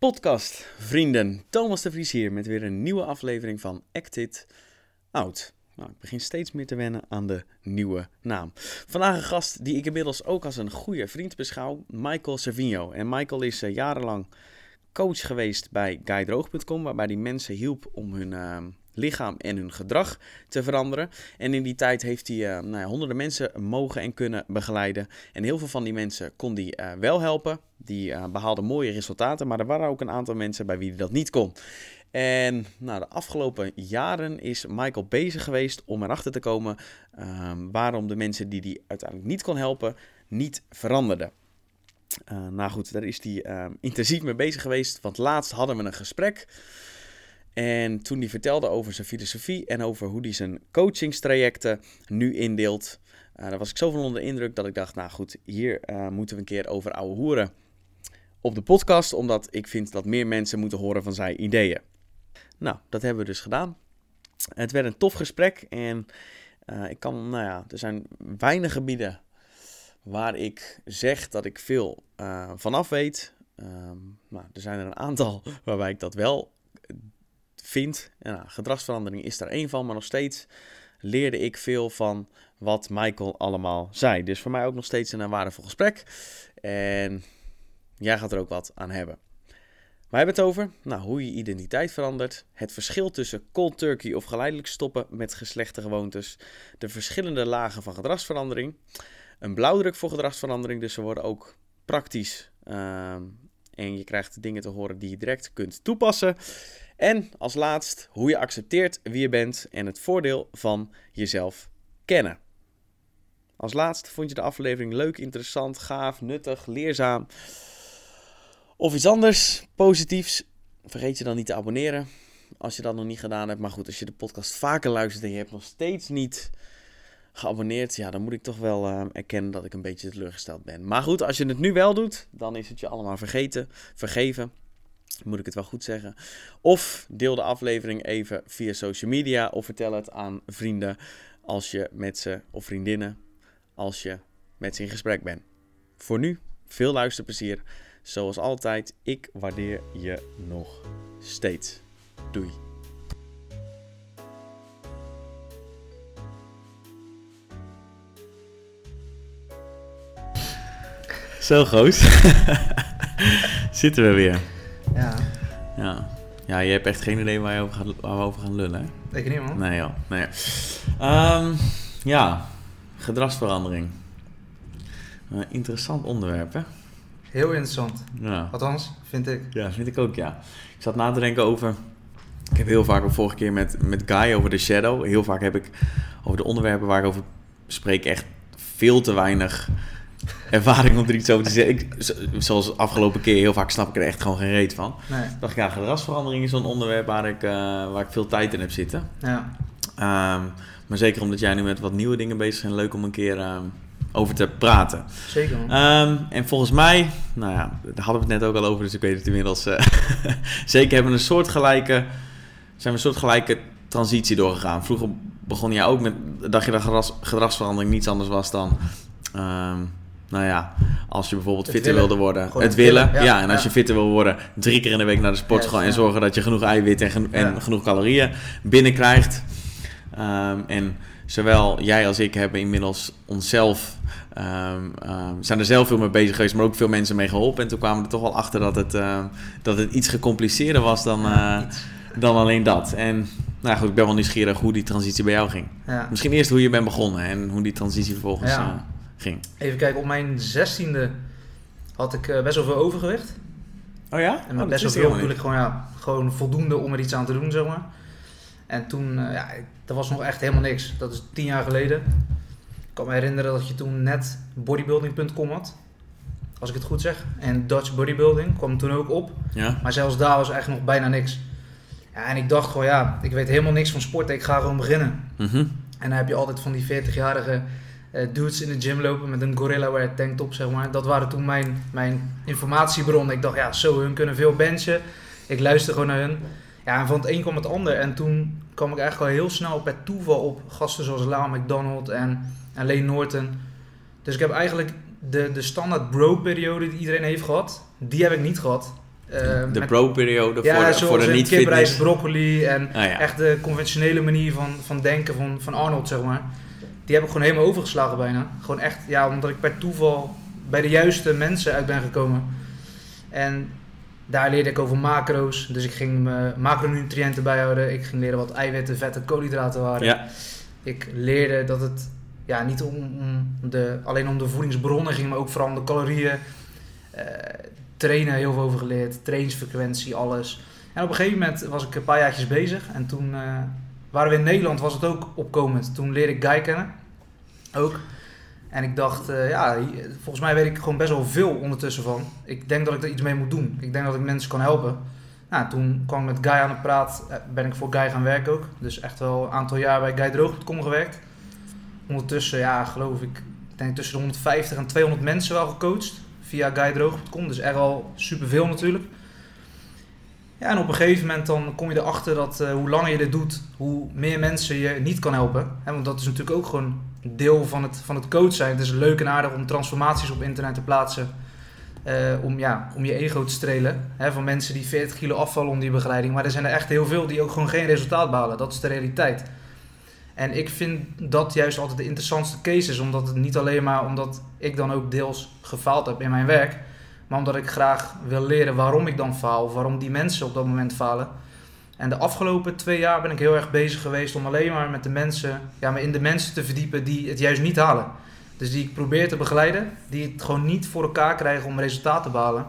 Podcast, vrienden. Thomas de Vries hier met weer een nieuwe aflevering van Act It Out. Nou, ik begin steeds meer te wennen aan de nieuwe naam. Vandaag een gast die ik inmiddels ook als een goede vriend beschouw, Michael Cervinho. En Michael is jarenlang coach geweest bij guidedroog.com, waarbij hij mensen hielp om hun lichaam en hun gedrag te veranderen. En in die tijd heeft hij honderden mensen mogen en kunnen begeleiden. En heel veel van die mensen kon hij wel helpen. Die behaalden mooie resultaten, maar er waren ook een aantal mensen bij wie hij dat niet kon. En de afgelopen jaren is Michael bezig geweest om erachter te komen waarom de mensen die hij uiteindelijk niet kon helpen, niet veranderden. Daar is hij intensief mee bezig geweest, want laatst hadden we een gesprek. En toen hij vertelde over zijn filosofie en over hoe hij zijn coachingstrajecten nu indeelt, daar was ik zo van onder de indruk dat ik dacht, hier moeten we een keer over ouwe hoeren op de podcast, omdat ik vind dat meer mensen moeten horen van zijn ideeën. Nou, dat hebben we dus gedaan. Het werd een tof gesprek en er zijn weinig gebieden waar ik zeg dat ik veel vanaf weet. Er zijn er een aantal waarbij ik dat wel vind. Gedragsverandering is daar één van, maar nog steeds leerde ik veel van wat Michael allemaal zei. Dus voor mij ook nog steeds een waardevol gesprek. En jij gaat er ook wat aan hebben. We hebben het over hoe je identiteit verandert, het verschil tussen cold turkey of geleidelijk stoppen met slechte gewoontes, de verschillende lagen van gedragsverandering, een blauwdruk voor gedragsverandering, dus ze worden ook praktisch en je krijgt dingen te horen die je direct kunt toepassen. En als laatst hoe je accepteert wie je bent en het voordeel van jezelf kennen. Als laatst vond je de aflevering leuk, interessant, gaaf, nuttig, leerzaam of iets anders, positiefs. Vergeet je dan niet te abonneren als je dat nog niet gedaan hebt. Maar goed, als je de podcast vaker luistert en je hebt nog steeds niet geabonneerd, dan moet ik toch wel erkennen dat ik een beetje teleurgesteld ben. Maar goed, als je het nu wel doet, dan is het je allemaal vergeven. Moet ik het wel goed zeggen. Of deel de aflevering even via social media of vertel het aan vrienden als je met ze of vriendinnen als je met ze in gesprek bent. Voor nu, veel luisterplezier. Zoals altijd, ik waardeer je nog steeds. Doei. Zo, Goos. Zitten we weer. Ja, je hebt echt geen idee waar we over gaan lullen, hè? Ik niet, man. Nee, joh. Gedragsverandering. Interessant onderwerp, hè? Heel interessant. Ja. Althans, vind ik. Ja, vind ik ook, ja. Ik zat na te denken over... Ik heb heel vaak, vorige keer met Guy over de shadow. Heel vaak heb ik over de onderwerpen waar ik over spreek echt veel te weinig ervaring om er iets over te zeggen. Zoals de afgelopen keer, heel vaak snap ik er echt gewoon geen reet van. Nee. Ik dacht, gedragsverandering is zo'n onderwerp waar ik veel tijd in heb zitten. Ja. Maar zeker omdat jij nu met wat nieuwe dingen bezig bent, leuk om een keer over te praten. Zeker, man. En volgens mij, daar hadden we het net ook al over, dus ik weet het inmiddels. Zeker hebben we een soortgelijke transitie doorgegaan. Vroeger begon jij ook met, dacht je dat gedragsverandering niets anders was dan... als je bijvoorbeeld fitter wilde worden. Gewoon het willen. Ja, en als je fitter wil worden, 3 keer in de week naar de sportschool en zorgen dat je genoeg eiwit en genoeg calorieën binnenkrijgt. En zowel jij als ik hebben inmiddels onszelf, zijn er zelf veel mee bezig geweest, maar ook veel mensen mee geholpen. En toen kwamen we er toch wel achter dat het iets gecompliceerder was dan alleen dat. En ik ben wel nieuwsgierig hoe die transitie bij jou ging. Ja. Misschien eerst hoe je bent begonnen en hoe die transitie vervolgens ging. Even kijken, op mijn 16e had ik best wel veel overgewicht. Oh ja? En met best wel veel bedoel ik gewoon voldoende om er iets aan te doen, zeg maar. En toen, dat was nog echt helemaal niks. Dat is 10 jaar geleden. Ik kan me herinneren dat je toen net bodybuilding.com had. Als ik het goed zeg. En Dutch Bodybuilding kwam toen ook op. Ja. Maar zelfs daar was echt nog bijna niks. Ja, en ik dacht gewoon, ik weet helemaal niks van sporten. Ik ga gewoon beginnen. Mm-hmm. En dan heb je altijd van die 40-jarige dudes in de gym lopen met een Gorilla Wear tanktop, zeg maar. Dat waren toen mijn informatiebronnen. Ik dacht, hun kunnen veel benchen. Ik luister gewoon naar hun. Ja, en van het een kwam het ander. En toen kwam ik eigenlijk al heel snel per toeval op gasten zoals Lau McDonald en Lane Norton. Dus ik heb eigenlijk de standaard bro-periode die iedereen heeft gehad, die heb ik niet gehad. De pro-periode voor de niet-fitness. Kip, rijst, broccoli en ja. echt de conventionele manier van denken van Arnold, zeg maar. Die heb ik gewoon helemaal overgeslagen bijna. Gewoon echt, omdat ik per toeval bij de juiste mensen uit ben gekomen. En daar leerde ik over macro's. Dus ik ging macronutriënten bijhouden. Ik ging leren wat eiwitten, vetten, koolhydraten waren. Ja. Ik leerde dat het niet alleen om de voedingsbronnen ging, maar ook vooral om de calorieën. Trainen heel veel over geleerd. Trainingsfrequentie, alles. En op een gegeven moment was ik een paar jaartjes bezig. En toen waren we in Nederland, was het ook opkomend. Toen leerde ik Guy kennen. Ook. En ik dacht, volgens mij weet ik gewoon best wel veel ondertussen van. Ik denk dat ik er iets mee moet doen. Ik denk dat ik mensen kan helpen. Nou, toen kwam ik met Guy aan de praat. Ben ik voor Guy gaan werken ook. Dus echt wel een aantal jaar bij GuyDroog.com gewerkt. Ondertussen, geloof ik denk tussen de 150 en 200 mensen wel gecoacht. Via GuyDroog.com. Dus echt al superveel natuurlijk. Ja, en op een gegeven moment dan kom je erachter dat hoe langer je dit doet, hoe meer mensen je niet kan helpen. Want dat is natuurlijk ook gewoon een deel van het coach zijn. Het is leuk en aardig om transformaties op internet te plaatsen. Om je ego te strelen. Van mensen die 40 kilo afvallen onder die begeleiding. Maar er zijn er echt heel veel die ook gewoon geen resultaat behalen. Dat is de realiteit. En ik vind dat juist altijd de interessantste cases. Omdat het niet alleen maar omdat ik dan ook deels gefaald heb in mijn werk. Maar omdat ik graag wil leren waarom ik dan faal. Of waarom die mensen op dat moment falen. En de afgelopen 2 jaar ben ik heel erg bezig geweest om alleen maar met de mensen, me in de mensen te verdiepen die het juist niet halen. Dus die ik probeer te begeleiden, die het gewoon niet voor elkaar krijgen om resultaat te behalen.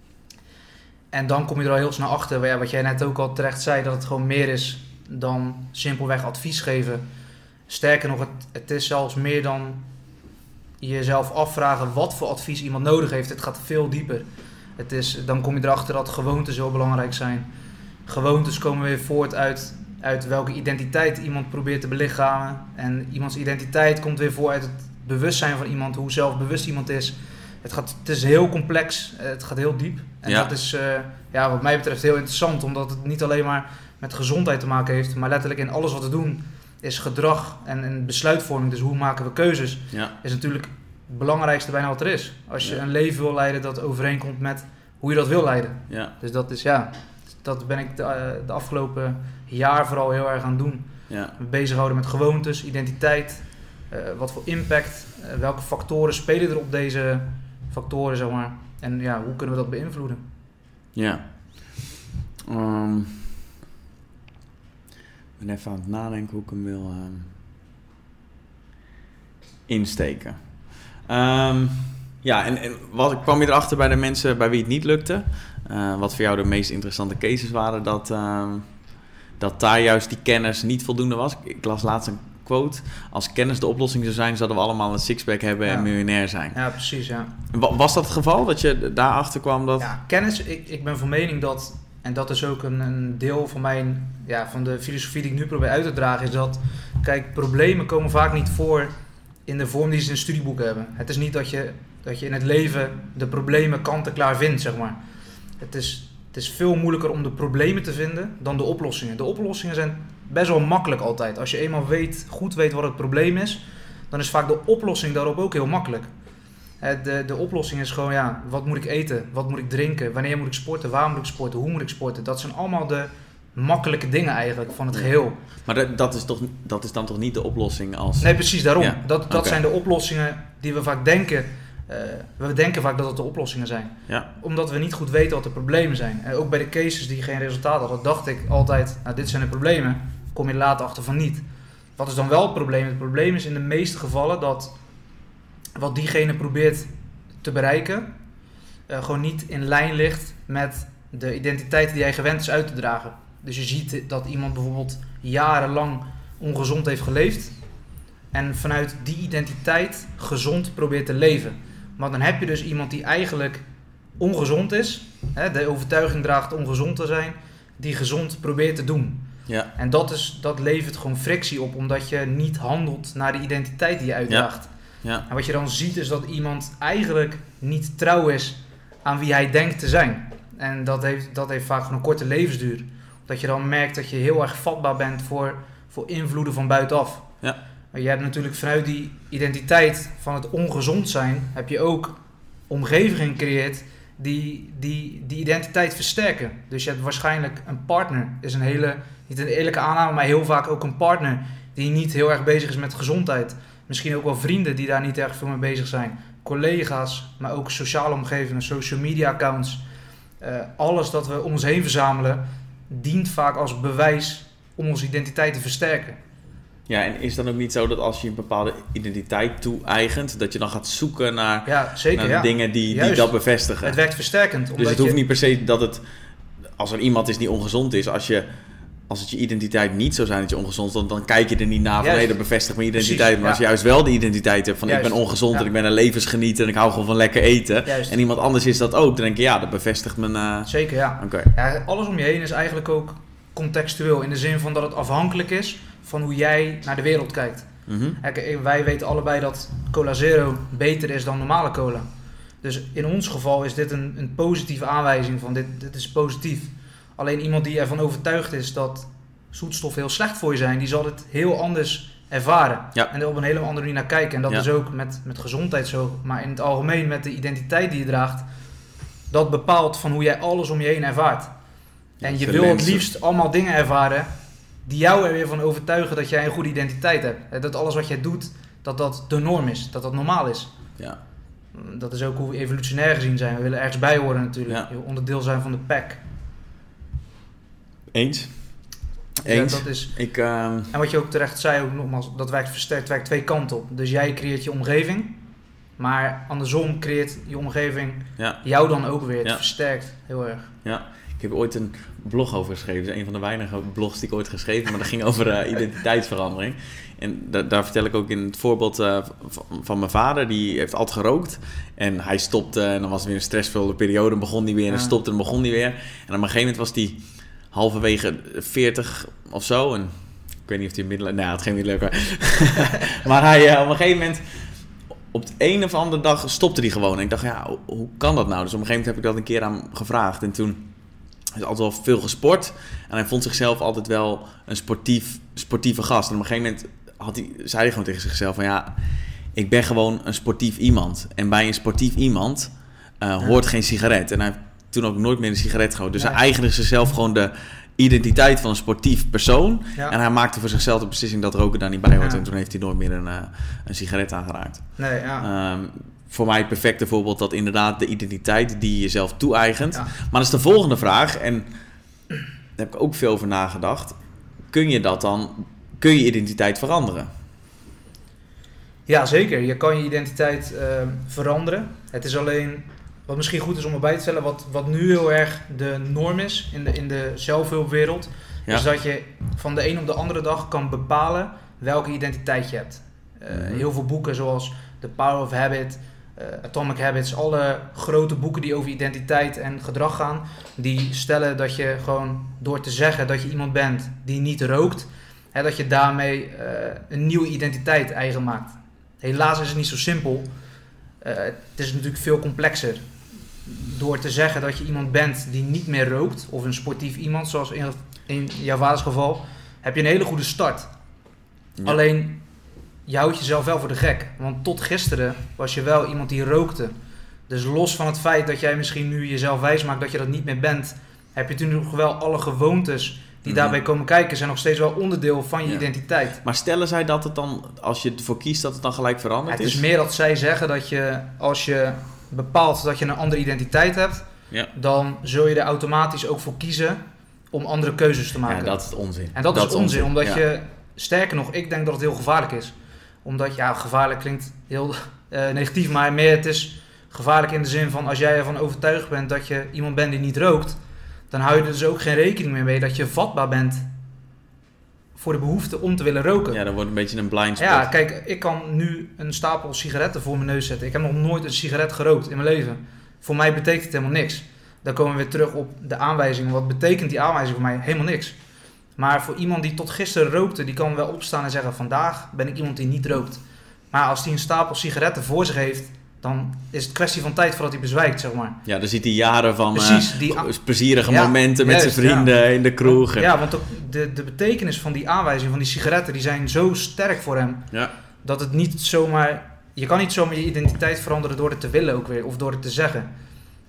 En dan kom je er al heel snel achter, wat jij net ook al terecht zei, dat het gewoon meer is dan simpelweg advies geven. Sterker nog, het is zelfs meer dan jezelf afvragen wat voor advies iemand nodig heeft. Het gaat veel dieper. Dan kom je erachter dat gewoontes heel belangrijk zijn. Gewoontes komen weer voort uit welke identiteit iemand probeert te belichamen. En iemands identiteit komt weer voort uit het bewustzijn van iemand, hoe zelfbewust iemand is. Het is heel complex, het gaat heel diep. En dat is wat mij betreft heel interessant, omdat het niet alleen maar met gezondheid te maken heeft, maar letterlijk in alles wat we doen is gedrag en besluitvorming. Dus hoe maken we keuzes, is natuurlijk het belangrijkste bijna wat er is. Als je een leven wil leiden dat overeenkomt met hoe je dat wil leiden. Ja. Dus dat is dat ben ik de afgelopen jaar vooral heel erg aan het doen. Ja. Bezighouden met gewoontes, identiteit, wat voor impact, welke factoren spelen er op deze factoren, zeg maar. En hoe kunnen we dat beïnvloeden? Ja. Ik ben even aan het nadenken hoe ik hem wil insteken. En wat kwam je erachter bij de mensen bij wie het niet lukte? Wat voor jou de meest interessante cases waren, dat daar juist die kennis niet voldoende was. Ik las laatst een quote: als kennis de oplossing zou zijn, zouden we allemaal een sixpack hebben en miljonair zijn. Ja, precies, ja. Was dat het geval, dat je daarachter kwam? Ja, kennis, ik ben van mening dat, en dat is ook een deel van van de filosofie die ik nu probeer uit te dragen, is dat, kijk, problemen komen vaak niet voor in de vorm die ze in studieboeken hebben. Het is niet dat je in het leven de problemen kant-en-klaar vindt, zeg maar. Het is veel moeilijker om de problemen te vinden dan de oplossingen. De oplossingen zijn best wel makkelijk altijd. Als je eenmaal goed weet wat het probleem is, dan is vaak de oplossing daarop ook heel makkelijk. De oplossing is gewoon, wat moet ik eten? Wat moet ik drinken? Wanneer moet ik sporten? Waar moet ik sporten? Hoe moet ik sporten? Dat zijn allemaal de makkelijke dingen eigenlijk van het geheel. Maar dat is dan toch niet de oplossing als... Nee, precies daarom. Ja. Dat zijn de oplossingen die we vaak denken. We denken vaak dat het de oplossingen zijn. Ja. Omdat we niet goed weten wat de problemen zijn. Ook bij de cases die geen resultaat hadden, dacht ik altijd, dit zijn de problemen. Kom je later achter van niet. Wat is dan wel het probleem? Het probleem is in de meeste gevallen dat wat diegene probeert te bereiken, gewoon niet in lijn ligt met de identiteit die hij gewend is uit te dragen. Dus je ziet dat iemand bijvoorbeeld jarenlang ongezond heeft geleefd en vanuit die identiteit gezond probeert te leven. Maar dan heb je dus iemand die eigenlijk ongezond is, de overtuiging draagt ongezond te zijn, die gezond probeert te doen. Ja. En dat levert gewoon frictie op, omdat je niet handelt naar de identiteit die je uitdraagt. Ja. Ja. En wat je dan ziet is dat iemand eigenlijk niet trouw is aan wie hij denkt te zijn. En dat heeft vaak gewoon een korte levensduur. Dat je dan merkt dat je heel erg vatbaar bent voor invloeden van buitenaf. Ja. Maar je hebt natuurlijk vanuit die identiteit van het ongezond zijn, heb je ook omgevingen gecreëerd die identiteit versterken. Dus je hebt waarschijnlijk een partner, is niet een eerlijke aanname, maar heel vaak ook een partner die niet heel erg bezig is met gezondheid. Misschien ook wel vrienden die daar niet erg veel mee bezig zijn. Collega's, maar ook sociale omgevingen, social media accounts. Alles dat we om ons heen verzamelen, dient vaak als bewijs om onze identiteit te versterken. Ja, en is het dan ook niet zo dat als je een bepaalde identiteit toe-eigent, dat je dan gaat zoeken naar, naar dingen die dat bevestigen? Het werkt versterkend. Dus het hoeft niet per se dat het, als er iemand is die ongezond is, als het je identiteit niet zou zijn dat je ongezond is, dan kijk je er niet naar van nee, dat bevestigt mijn identiteit. Precies, maar als je juist wel de identiteit hebt van ik ben ongezond en ik ben een levensgenieter en ik hou gewoon van lekker eten. En iemand anders is dat ook, dan denk je dat bevestigt mijn... Zeker, ja. Okay. Ja. Alles om je heen is eigenlijk ook contextueel in de zin van dat het afhankelijk is van hoe jij naar de wereld kijkt. Mm-hmm. Wij weten allebei dat Cola Zero beter is dan normale cola. Dus in ons geval is dit een positieve aanwijzing van dit is positief. Alleen iemand die ervan overtuigd is dat zoetstoffen heel slecht voor je zijn, die zal het heel anders ervaren. Ja. En er op een hele andere manier naar kijken. En dat is ook met gezondheid zo. Maar in het algemeen met de identiteit die je draagt, dat bepaalt van hoe jij alles om je heen ervaart. En je wil het liefst allemaal dingen ervaren die jou er weer van overtuigen dat jij een goede identiteit hebt. Dat alles wat jij doet, dat de norm is. Dat dat normaal is. Ja. Dat is ook hoe we evolutionair gezien zijn. We willen ergens bij horen natuurlijk. Ja. Je wil onderdeel zijn van de pack. Eens. Ja, dat is... En wat je ook terecht zei, ook nogmaals, dat werkt versterkt, werkt twee kanten op. Dus jij creëert je omgeving, maar andersom creëert je omgeving jou dan ook weer. Het versterkt heel erg. Ja, ik heb ooit een blog over geschreven. Dat is een van de weinige blogs die ik ooit geschreven heb, maar dat ging over identiteitsverandering. En daar vertel ik ook in het voorbeeld van mijn vader, die heeft altijd gerookt. En hij stopte en dan was het weer een stressvolle periode, dan begon hij weer en stopte en begon hij weer. En op een gegeven moment was hij halverwege 40 of zo. En ik weet niet of hij middelen... Nee, hij had geen middelen. Maar hij op een gegeven moment... Op de een of andere dag stopte hij gewoon. En ik dacht, hoe kan dat nou? Dus op een gegeven moment heb ik dat een keer aan hem gevraagd. En toen is hij altijd wel veel gesport. En hij vond zichzelf altijd wel een sportieve gast. En op een gegeven moment zei hij gewoon tegen zichzelf van ik ben gewoon een sportief iemand. En bij een sportief iemand hoort geen sigaret. En hij heeft toen ook nooit meer een sigaret gerookt. Dus hij eigende zichzelf gewoon de identiteit van een sportief persoon. Ja. En hij maakte voor zichzelf de beslissing dat roken daar niet bij hoort. En toen heeft hij nooit meer een sigaret aangeraakt. Nee, voor mij het perfecte voorbeeld dat inderdaad de identiteit die je jezelf toe-eigent. Ja. Maar dat is de volgende vraag. En daar heb ik ook veel over nagedacht. Kun je identiteit veranderen? Ja, zeker. Je kan je identiteit veranderen. Het is alleen... Wat misschien goed is om erbij te stellen, wat nu heel erg de norm is in de zelfhulpwereld, is dat je van de een op de andere dag kan bepalen welke identiteit je hebt. Heel veel boeken zoals The Power of Habit, Atomic Habits, alle grote boeken die over identiteit en gedrag gaan, die stellen dat je gewoon door te zeggen dat je iemand bent die niet rookt, dat je daarmee een nieuwe identiteit eigen maakt. Helaas is het niet zo simpel. Het is natuurlijk veel complexer. Door te zeggen dat je iemand bent die niet meer rookt, of een sportief iemand, zoals in jouw vaders geval, heb je een hele goede start. Ja. Alleen, je houdt jezelf wel voor de gek. Want tot gisteren was je wel iemand die rookte. Dus los van het feit dat jij misschien nu jezelf wijsmaakt dat je dat niet meer bent, heb je toen nog wel alle gewoontes die daarbij komen kijken, zijn nog steeds wel onderdeel van je identiteit. Maar stellen zij dat het dan, als je ervoor kiest, dat het dan gelijk veranderd is? Het is meer dat zij zeggen dat je, als je bepaalt dat je een andere identiteit hebt, dan zul je er automatisch ook voor kiezen om andere keuzes te maken. Ja, dat is onzin. En dat is onzin, omdat je, sterker nog, ik denk dat het heel gevaarlijk is. Omdat, gevaarlijk klinkt heel negatief, maar meer het is gevaarlijk in de zin van, als jij ervan overtuigd bent dat je iemand bent die niet rookt, dan hou je er dus ook geen rekening meer mee dat je vatbaar bent voor de behoefte om te willen roken. Ja, dat wordt een beetje een blind spot. Ja, kijk, ik kan nu een stapel sigaretten voor mijn neus zetten. Ik heb nog nooit een sigaret gerookt in mijn leven. Voor mij betekent het helemaal niks. Dan komen we weer terug op de aanwijzing. Wat betekent die aanwijzing voor mij? Helemaal niks. Maar voor iemand die tot gisteren rookte, die kan wel opstaan en zeggen, vandaag ben ik iemand die niet rookt. Maar als die een stapel sigaretten voor zich heeft, dan is het kwestie van tijd voordat hij bezwijkt, zeg maar. Ja, dan ziet hij jaren van plezierige momenten met zijn vrienden in de kroeg. Ja, want de betekenis van die aanwijzing van die sigaretten, die zijn zo sterk voor hem, dat het niet zomaar... Je kan niet zomaar je identiteit veranderen door het te willen ook weer, of door het te zeggen.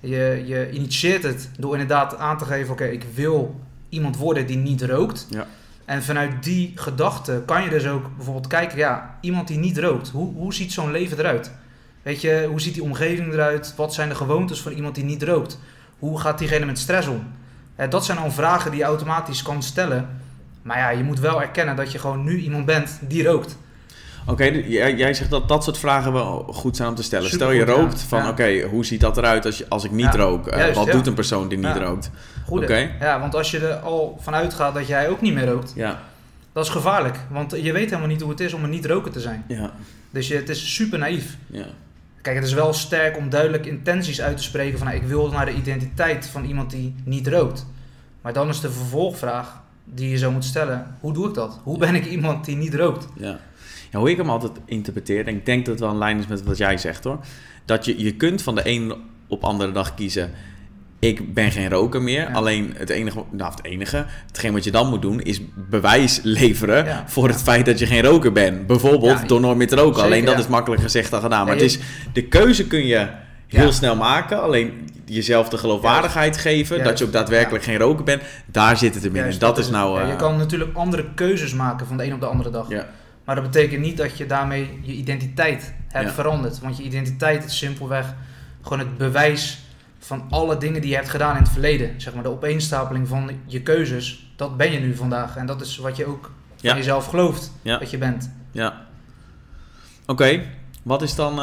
Je initieert het door inderdaad aan te geven, oké, ik wil iemand worden die niet rookt. Ja. En vanuit die gedachte kan je dus ook bijvoorbeeld kijken, iemand die niet rookt, hoe ziet zo'n leven eruit? Weet je, hoe ziet die omgeving eruit? Wat zijn de gewoontes van iemand die niet rookt? Hoe gaat diegene met stress om? Dat zijn al vragen die je automatisch kan stellen. Maar je moet wel erkennen dat je gewoon nu iemand bent die rookt. Oké, jij zegt dat soort vragen wel goed zijn om te stellen. Supergoed, stel je rookt, van oké, hoe ziet dat eruit als ik niet rook? Juist, wat doet een persoon die niet rookt? Goed, ja, want als je er al vanuit gaat dat jij ook niet meer rookt, dat is gevaarlijk. Want je weet helemaal niet hoe het is om een niet-roker te zijn. Ja. Dus het is super naïef. Ja. Kijk, het is wel sterk om duidelijk intenties uit te spreken van ik wil naar de identiteit van iemand die niet rookt. Maar dan is de vervolgvraag die je zou moeten stellen, hoe doe ik dat? Hoe ben ik iemand die niet rookt? Ja. Ja, hoe ik hem altijd interpreteer, en ik denk dat het wel in lijn is met wat jij zegt hoor, dat je kunt van de een op andere dag kiezen, ik ben geen roker meer, alleen hetgeen wat je dan moet doen is bewijs leveren voor het feit dat je geen roker bent. Bijvoorbeeld door nooit meer te roken, zeker, alleen dat is makkelijk gezegd dan gedaan. Maar de keuze kun je heel snel maken, alleen jezelf de geloofwaardigheid geven, dat je ook daadwerkelijk geen roker bent, daar zit het in. En dat is nou... je kan natuurlijk andere keuzes maken van de een op de andere dag. Ja. Maar dat betekent niet dat je daarmee je identiteit hebt veranderd. Want je identiteit is simpelweg gewoon het bewijs van alle dingen die je hebt gedaan in het verleden. Zeg maar de opeenstapeling van je keuzes, dat ben je nu vandaag. En dat is wat je ook van jezelf gelooft dat je bent. Ja. Oké, wat is dan...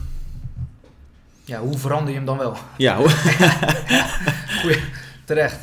hoe verander je hem dan wel? Ja, Goeie, terecht.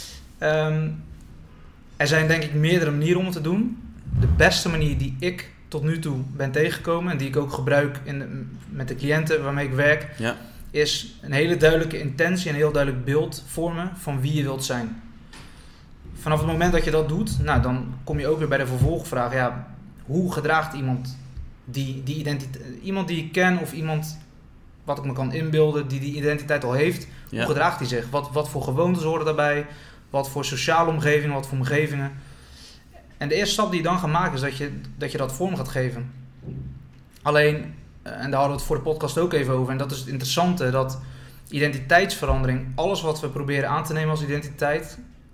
Er zijn denk ik meerdere manieren om het te doen. De beste manier die ik tot nu toe ben tegengekomen en die ik ook gebruik met de cliënten waarmee ik werk, is een hele duidelijke intentie en een heel duidelijk beeld vormen van wie je wilt zijn. Vanaf het moment dat je dat doet, dan kom je ook weer bij de vervolgvraag. Hoe gedraagt iemand die identiteit, iemand die ik ken of iemand wat ik me kan inbeelden die identiteit al heeft, hoe gedraagt hij zich? Wat voor gewoontes horen daarbij? Wat voor sociale omgeving, wat voor omgevingen? En de eerste stap die je dan gaat maken is dat je dat vorm gaat geven. Alleen, en daar hadden we het voor de podcast ook even over, en dat is het interessante, dat identiteitsverandering, alles wat we proberen aan te nemen als identiteit,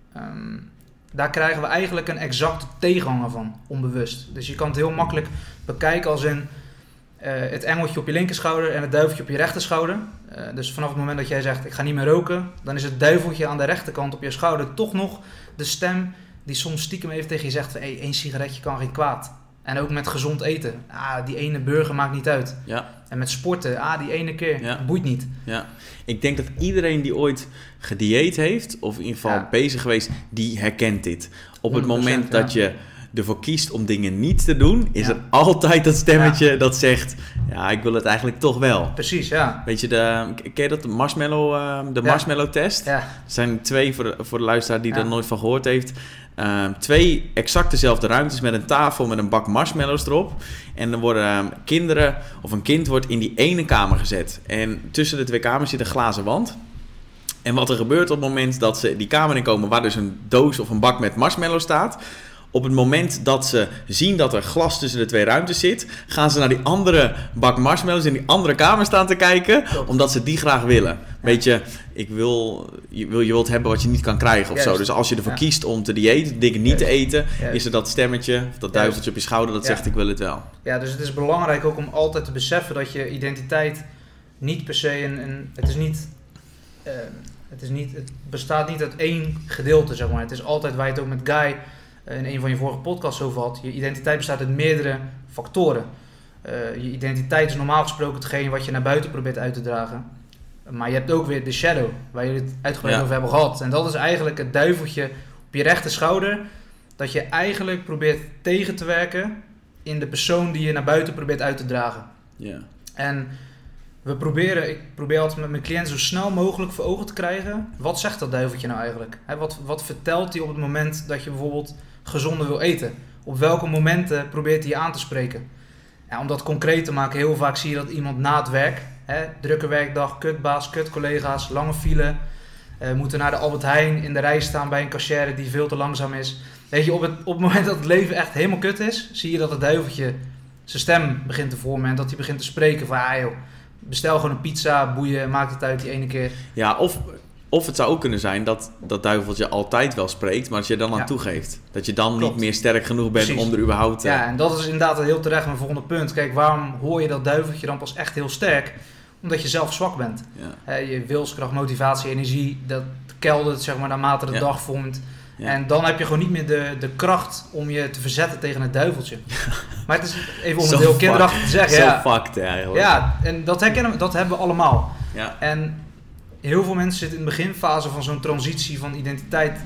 daar krijgen we eigenlijk een exacte tegenhanger van, onbewust. Dus je kan het heel makkelijk bekijken als in het engeltje op je linkerschouder en het duiveltje op je rechterschouder. Dus vanaf het moment dat jij zegt, ik ga niet meer roken, dan is het duiveltje aan de rechterkant op je schouder toch nog de stem die soms stiekem even tegen je zegt van, 1 sigaretje kan geen kwaad. En ook met gezond eten. Die ene burger maakt niet uit. Ja. En met sporten, die ene keer, boeit niet. Ja. Ik denk dat iedereen die ooit gedieet heeft, of in ieder geval bezig geweest, die herkent dit. Op het moment dat je ervoor kiest om dingen niet te doen, is er altijd dat stemmetje dat zegt, ik wil het eigenlijk toch wel. Precies, ja. Weet je, ken je dat, de marshmallow test? Ja. Er zijn 2 voor de luisteraar die er nooit van gehoord heeft. 2 exact dezelfde ruimtes met een tafel met een bak marshmallows erop. En dan worden kinderen, of een kind wordt in die ene kamer gezet. En tussen de 2 kamers zit een glazen wand. En wat er gebeurt op het moment dat ze die kamer in komen, waar dus een doos of een bak met marshmallows staat, op het moment dat ze zien dat er glas tussen de 2 ruimtes zit, gaan ze naar die andere bak marshmallows in die andere kamer staan te kijken, omdat ze die graag willen. Weet je, je wilt hebben wat je niet kan krijgen of zo. Dus als je ervoor kiest om te diëten, dingen niet te eten, is er dat stemmetje, of dat duiveltje op je schouder dat zegt, ik wil het wel. Ja, dus het is belangrijk ook om altijd te beseffen dat je identiteit niet per se het bestaat niet uit 1 gedeelte, zeg maar. Het is altijd, waar je het ook met Guy in een van je vorige podcasts over had, je identiteit bestaat uit meerdere factoren. Je identiteit is normaal gesproken hetgeen wat je naar buiten probeert uit te dragen. Maar je hebt ook weer de shadow, waar jullie het uitgebreid over hebben gehad. En dat is eigenlijk het duiveltje op je rechter schouder, dat je eigenlijk probeert tegen te werken in de persoon die je naar buiten probeert uit te dragen. Ja. En ik probeer altijd met mijn cliënten zo snel mogelijk voor ogen te krijgen, wat zegt dat duiveltje nou eigenlijk? Wat vertelt hij op het moment dat je bijvoorbeeld gezonder wil eten? Op welke momenten probeert hij je aan te spreken? Om dat concreet te maken, heel vaak zie je dat iemand na het werk, drukke werkdag, kutbaas, kutcollega's, lange file, moeten naar de Albert Heijn in de rij staan bij een cashier die veel te langzaam is. Weet je, op het moment dat het leven echt helemaal kut is, zie je dat het duiveltje zijn stem begint te vormen en dat hij begint te spreken van, joh, bestel gewoon een pizza, boeien, maakt het uit die ene keer. Ja, of het zou ook kunnen zijn dat dat duiveltje altijd wel spreekt, maar dat je dan aan toegeeft. Dat je dan niet meer sterk genoeg bent om er überhaupt... Ja, en dat is inderdaad heel terecht mijn volgende punt. Kijk, waarom hoor je dat duiveltje dan pas echt heel sterk? Omdat je zelf zwak bent. Ja. Je wilskracht, motivatie, energie, dat keldert zeg maar naarmate de dag vormt. Ja. En dan heb je gewoon niet meer de kracht om je te verzetten tegen het duiveltje. Maar het is even om het heel kinderachtig te zeggen. Zo fucked eigenlijk. Ja, en dat hebben we allemaal. Ja. En heel veel mensen zitten in de beginfase van zo'n transitie van identiteit.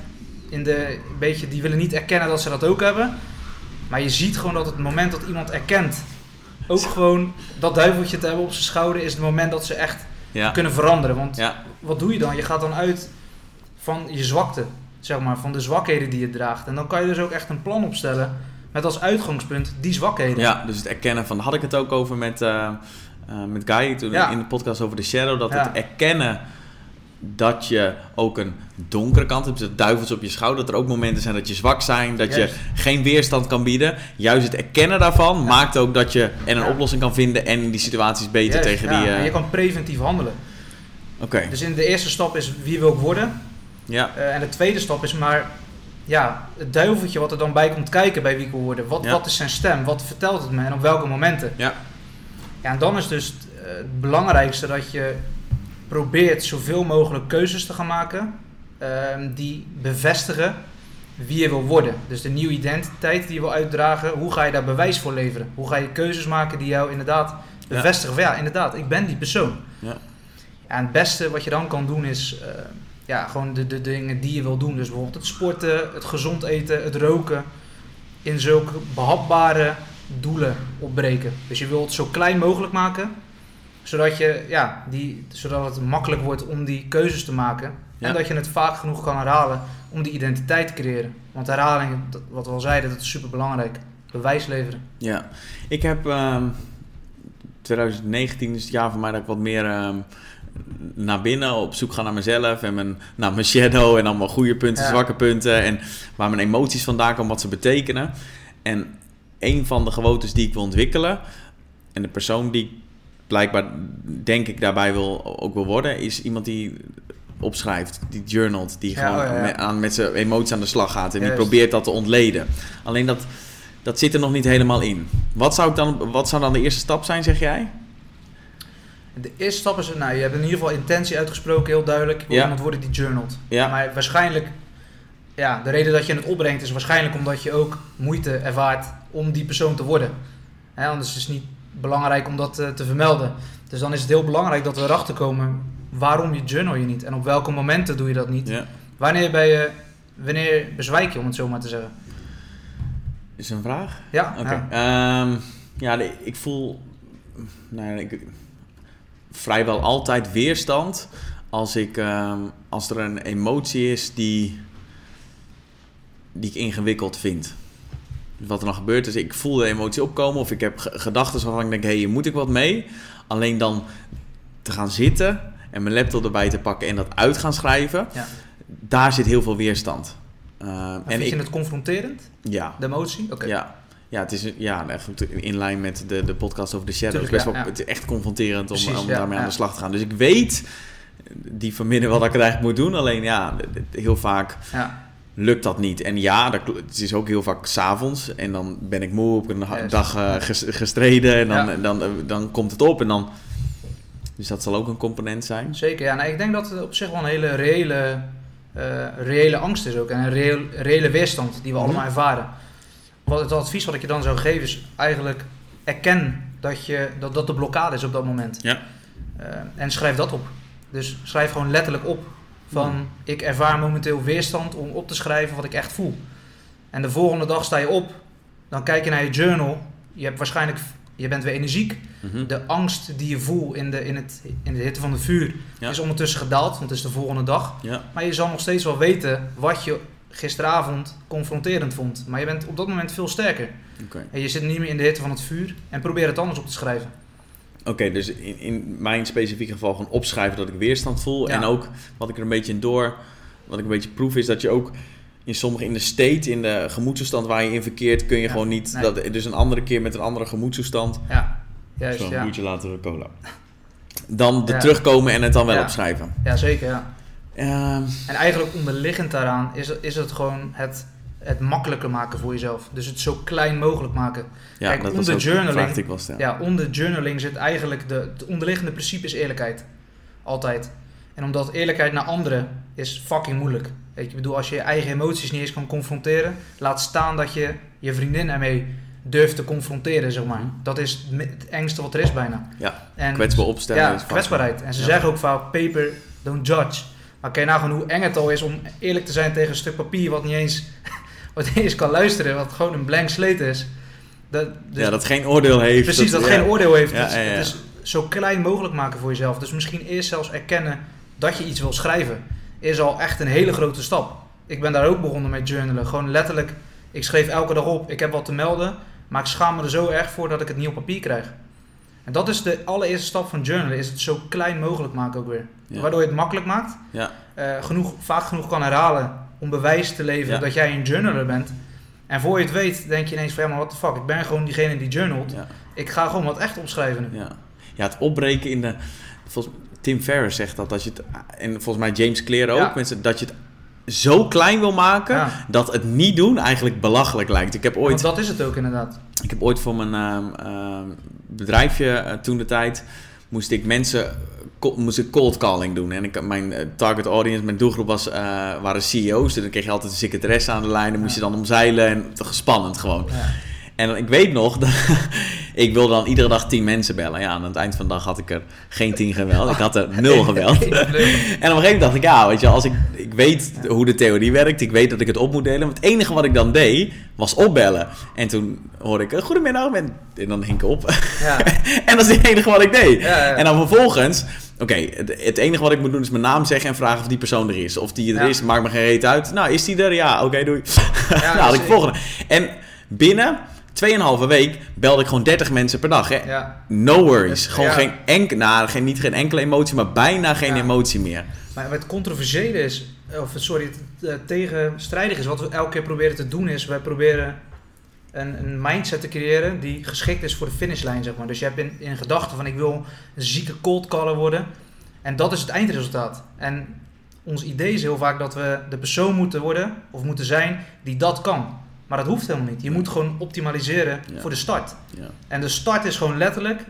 Die willen niet erkennen dat ze dat ook hebben. Maar je ziet gewoon dat het moment dat iemand erkent, ook gewoon dat duiveltje te hebben op zijn schouder, is het moment dat ze echt kunnen veranderen. Want wat doe je dan? Je gaat dan uit van je zwakte, zeg maar, van de zwakheden die je draagt. En dan kan je dus ook echt een plan opstellen met als uitgangspunt die zwakheden. Ja, dus het erkennen van, had ik het ook over met Guy toen in de podcast over de shadow, dat het erkennen dat je ook een donkere kant hebt, dus het duiveltje op je schouder, dat er ook momenten zijn dat je zwak zijn, dat je geen weerstand kan bieden. Juist het erkennen daarvan maakt ook dat je een oplossing kan vinden en in die situaties beter tegen die... En je kan preventief handelen. Oké. Dus in de eerste stap is wie wil ik worden? Ja. En de tweede stap is maar het duiveltje wat er dan bij komt kijken bij wie ik wil worden. Wat is zijn stem? Wat vertelt het me en op welke momenten? Ja. Ja, en dan is dus het belangrijkste dat je probeert zoveel mogelijk keuzes te gaan maken die bevestigen wie je wil worden. Dus de nieuwe identiteit die je wil uitdragen, hoe ga je daar bewijs voor leveren? Hoe ga je keuzes maken die jou inderdaad bevestigen van inderdaad, ik ben die persoon. Ja. En het beste wat je dan kan doen is gewoon de dingen die je wil doen. Dus bijvoorbeeld het sporten, het gezond eten, het roken, in zulke behapbare doelen opbreken. Dus je wilt het zo klein mogelijk maken, zodat zodat het makkelijk wordt om die keuzes te maken. Ja. En dat je het vaak genoeg kan herhalen om die identiteit te creëren. Want herhaling, wat we al zeiden, dat is super belangrijk. Bewijs leveren. Ja, ik heb 2019 is het jaar voor mij dat ik wat meer naar binnen op zoek ga naar mezelf en mijn shadow en allemaal goede punten, zwakke punten en waar mijn emoties vandaan komen, wat ze betekenen. En een van de gewoontes die ik wil ontwikkelen en de persoon die ik blijkbaar, denk ik, daarbij ook wil worden, is iemand die opschrijft, die journalt, die met zijn emoties aan de slag gaat en die probeert dat te ontleden. Alleen dat zit er nog niet helemaal in. Wat zou dan de eerste stap zijn, zeg jij? De eerste stap is, je hebt in ieder geval intentie uitgesproken, heel duidelijk. Ik wil iemand worden die journalt. Ja. Maar waarschijnlijk, de reden dat je het opbrengt is waarschijnlijk omdat je ook moeite ervaart om die persoon te worden. Anders is het niet belangrijk om dat te vermelden. Dus dan is het heel belangrijk dat we erachter komen, waarom je journal je niet? En op welke momenten doe je dat niet? Ja. Wanneer bezwijk je, om het zo maar te zeggen? Is een vraag? Ja. Okay. Ik voel vrijwel altijd weerstand als er een emotie is die ik ingewikkeld vind. Wat er dan gebeurt is, ik voel de emotie opkomen of ik heb gedachten waarvan ik denk, hier moet ik wat mee. Alleen dan te gaan zitten en mijn laptop erbij te pakken en dat uit gaan schrijven, daar zit heel veel weerstand. Vind je het confronterend? Ja. De emotie? Okay. Ja, het is in lijn met de podcast over de shadow. Het is echt confronterend om daarmee aan de slag te gaan. Dus ik weet die vanmiddag wat ik het eigenlijk moet doen. Alleen heel vaak lukt dat niet. En het is ook heel vaak 's avonds. En dan ben ik moe, op een dag gestreden. En dan komt het op. En dan, dus dat zal ook een component zijn. Zeker, ik denk dat het op zich wel een hele reële angst is ook. En een reële weerstand die we allemaal ervaren. Het advies wat ik je dan zou geven is eigenlijk erken dat de blokkade is op dat moment. Ja. En schrijf dat op. Dus schrijf gewoon letterlijk op van ik ervaar momenteel weerstand om op te schrijven wat ik echt voel. En de volgende dag sta je op, dan kijk je naar je journal. Je bent weer energiek. Mm-hmm. De angst die je voelt in de hitte van het vuur is ondertussen gedaald, want het is de volgende dag. Ja. Maar je zal nog steeds wel weten wat je gisteravond confronterend vond. Maar je bent op dat moment veel sterker. Okay. En je zit niet meer in de hitte van het vuur en probeer het anders op te schrijven. Oké, dus in mijn specifieke geval gewoon opschrijven dat ik weerstand voel. Ja. En ook wat ik er een beetje wat ik een beetje proef is dat je ook in de state, in de gemoedstoestand waar je in verkeert, kun je gewoon niet, dus een andere keer met een andere gemoedstoestand. Ja, juist. Zo, een uurtje later cola. dan terugkomen en het dan wel opschrijven. Ja, zeker, ja. En eigenlijk onderliggend daaraan is het gewoon het makkelijker maken voor jezelf. Dus het zo klein mogelijk maken. Ja, kijk, dat onder was ook journaling, vraag die ik was stellen. ja, onder journaling zit eigenlijk het onderliggende principe is eerlijkheid. Altijd. En omdat eerlijkheid naar anderen is fucking moeilijk. Weet je, ik bedoel, als je je eigen emoties niet eens kan confronteren, laat staan dat je je vriendin ermee durft te confronteren, zeg maar. Dat is het engste wat er is bijna. Ja, en, kwetsbaar opstellen. Ja, is kwetsbaarheid. En ze zeggen ook vaak, paper, don't judge. Maar kijk nou gewoon hoe eng het al is om eerlijk te zijn tegen een stuk papier wat niet eens kan luisteren, wat gewoon een blank slate is. Dat geen oordeel heeft. Precies, dat geen oordeel heeft. Ja, Het is zo klein mogelijk maken voor jezelf. Dus misschien eerst zelfs erkennen dat je iets wil schrijven, is al echt een hele grote stap. Ik ben daar ook begonnen met journalen. Gewoon letterlijk, ik schreef elke dag op, ik heb wat te melden, maar ik schaam me er zo erg voor dat ik het niet op papier krijg. En dat is de allereerste stap van journalen, is het zo klein mogelijk maken ook weer. Ja. Waardoor je het makkelijk maakt. Ja. Vaak genoeg kan herhalen om bewijs te leveren dat jij een journaler bent. En voor je het weet, denk je ineens van, ja, maar what the fuck, ik ben gewoon diegene die journalt. Ja. Ik ga gewoon wat echt opschrijven nu. Ja, het opbreken in de... Tim Ferriss zegt dat je het... En volgens mij James Clear ook. Mensen, dat je het zo klein wil maken, dat het niet doen eigenlijk belachelijk lijkt. Ik heb ooit... Want dat is het ook inderdaad. Ik heb ooit voor mijn bedrijfje toen de tijd... moest ik cold calling doen. En mijn target audience, mijn doelgroep waren CEO's. Dus dan kreeg je altijd een secretaresse aan de lijn. Dan moest je dan omzeilen. En toch spannend gewoon. Ja. En ik weet nog, ik wilde dan iedere dag 10 mensen bellen. Ja, aan het eind van de dag had ik er geen 10 gebeld. Ik had er 0 gebeld. En op een gegeven moment dacht ik, ja, weet je, als ik weet hoe de theorie werkt. Ik weet dat ik het op moet delen. Maar het enige wat ik dan deed, was opbellen. En toen hoorde ik, goedemiddag. En dan hing ik op. Ja. En dat is het enige wat ik deed. Ja. En dan vervolgens... Oké, het enige wat ik moet doen is mijn naam zeggen en vragen of die persoon er is. Of die er is, maakt me geen reet uit. Nou, is die er? Ja, oké, doei. Ja, nou, had ik volgende. En binnen 2,5 week belde ik gewoon 30 mensen per dag. Hè? Ja. No worries. Gewoon geen enkele emotie, maar bijna geen emotie meer. Maar het controversiële is, het tegenstrijdig is, wat we elke keer proberen te doen is, wij proberen een mindset te creëren die geschikt is voor de finishlijn, zeg maar. Dus je hebt in gedachten van, ik wil een zieke cold caller worden. En dat is het eindresultaat. En ons idee is heel vaak dat we de persoon moeten worden, of moeten zijn, die dat kan. Maar dat hoeft helemaal niet. Je moet gewoon optimaliseren voor de start. Ja. En de start is gewoon letterlijk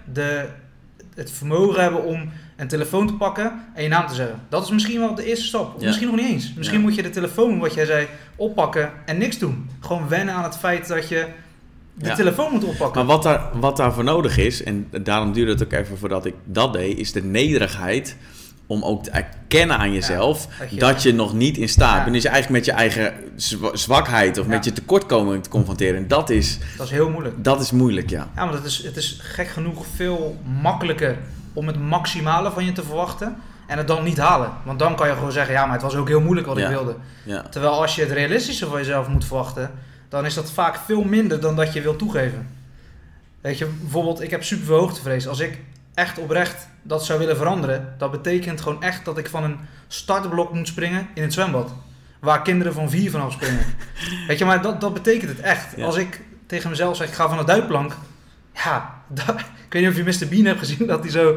het vermogen hebben om een telefoon te pakken en je naam te zeggen. Dat is misschien wel de eerste stap. Of misschien nog niet eens. Misschien moet je de telefoon, wat jij zei, oppakken en niks doen. Gewoon wennen aan het feit dat je de telefoon moet oppakken. Maar wat daarvoor nodig is, en daarom duurde het ook even voordat ik dat deed, is de nederigheid om ook te erkennen aan jezelf dat je nog niet in staat bent. Dus je eigenlijk met je eigen zwakheid of met je tekortkoming te confronteren. En dat is heel moeilijk. Dat is moeilijk, ja. Ja, maar het is gek genoeg veel makkelijker om het maximale van je te verwachten en het dan niet halen. Want dan kan je gewoon zeggen, ja, maar het was ook heel moeilijk wat ik wilde. Ja. Terwijl als je het realistische van jezelf moet verwachten, dan is dat vaak veel minder dan dat je wilt toegeven. Weet je, bijvoorbeeld, ik heb superveel hoogtevrees. Als ik echt oprecht dat zou willen veranderen, dat betekent gewoon echt dat ik van een startblok moet springen in het zwembad. Waar kinderen van 4 vanaf springen. Weet je, maar dat betekent het echt. Ja. Als ik tegen mezelf zeg, ik ga van de duikplank. Ja, ik weet niet of je Mr. Bean hebt gezien, dat hij zo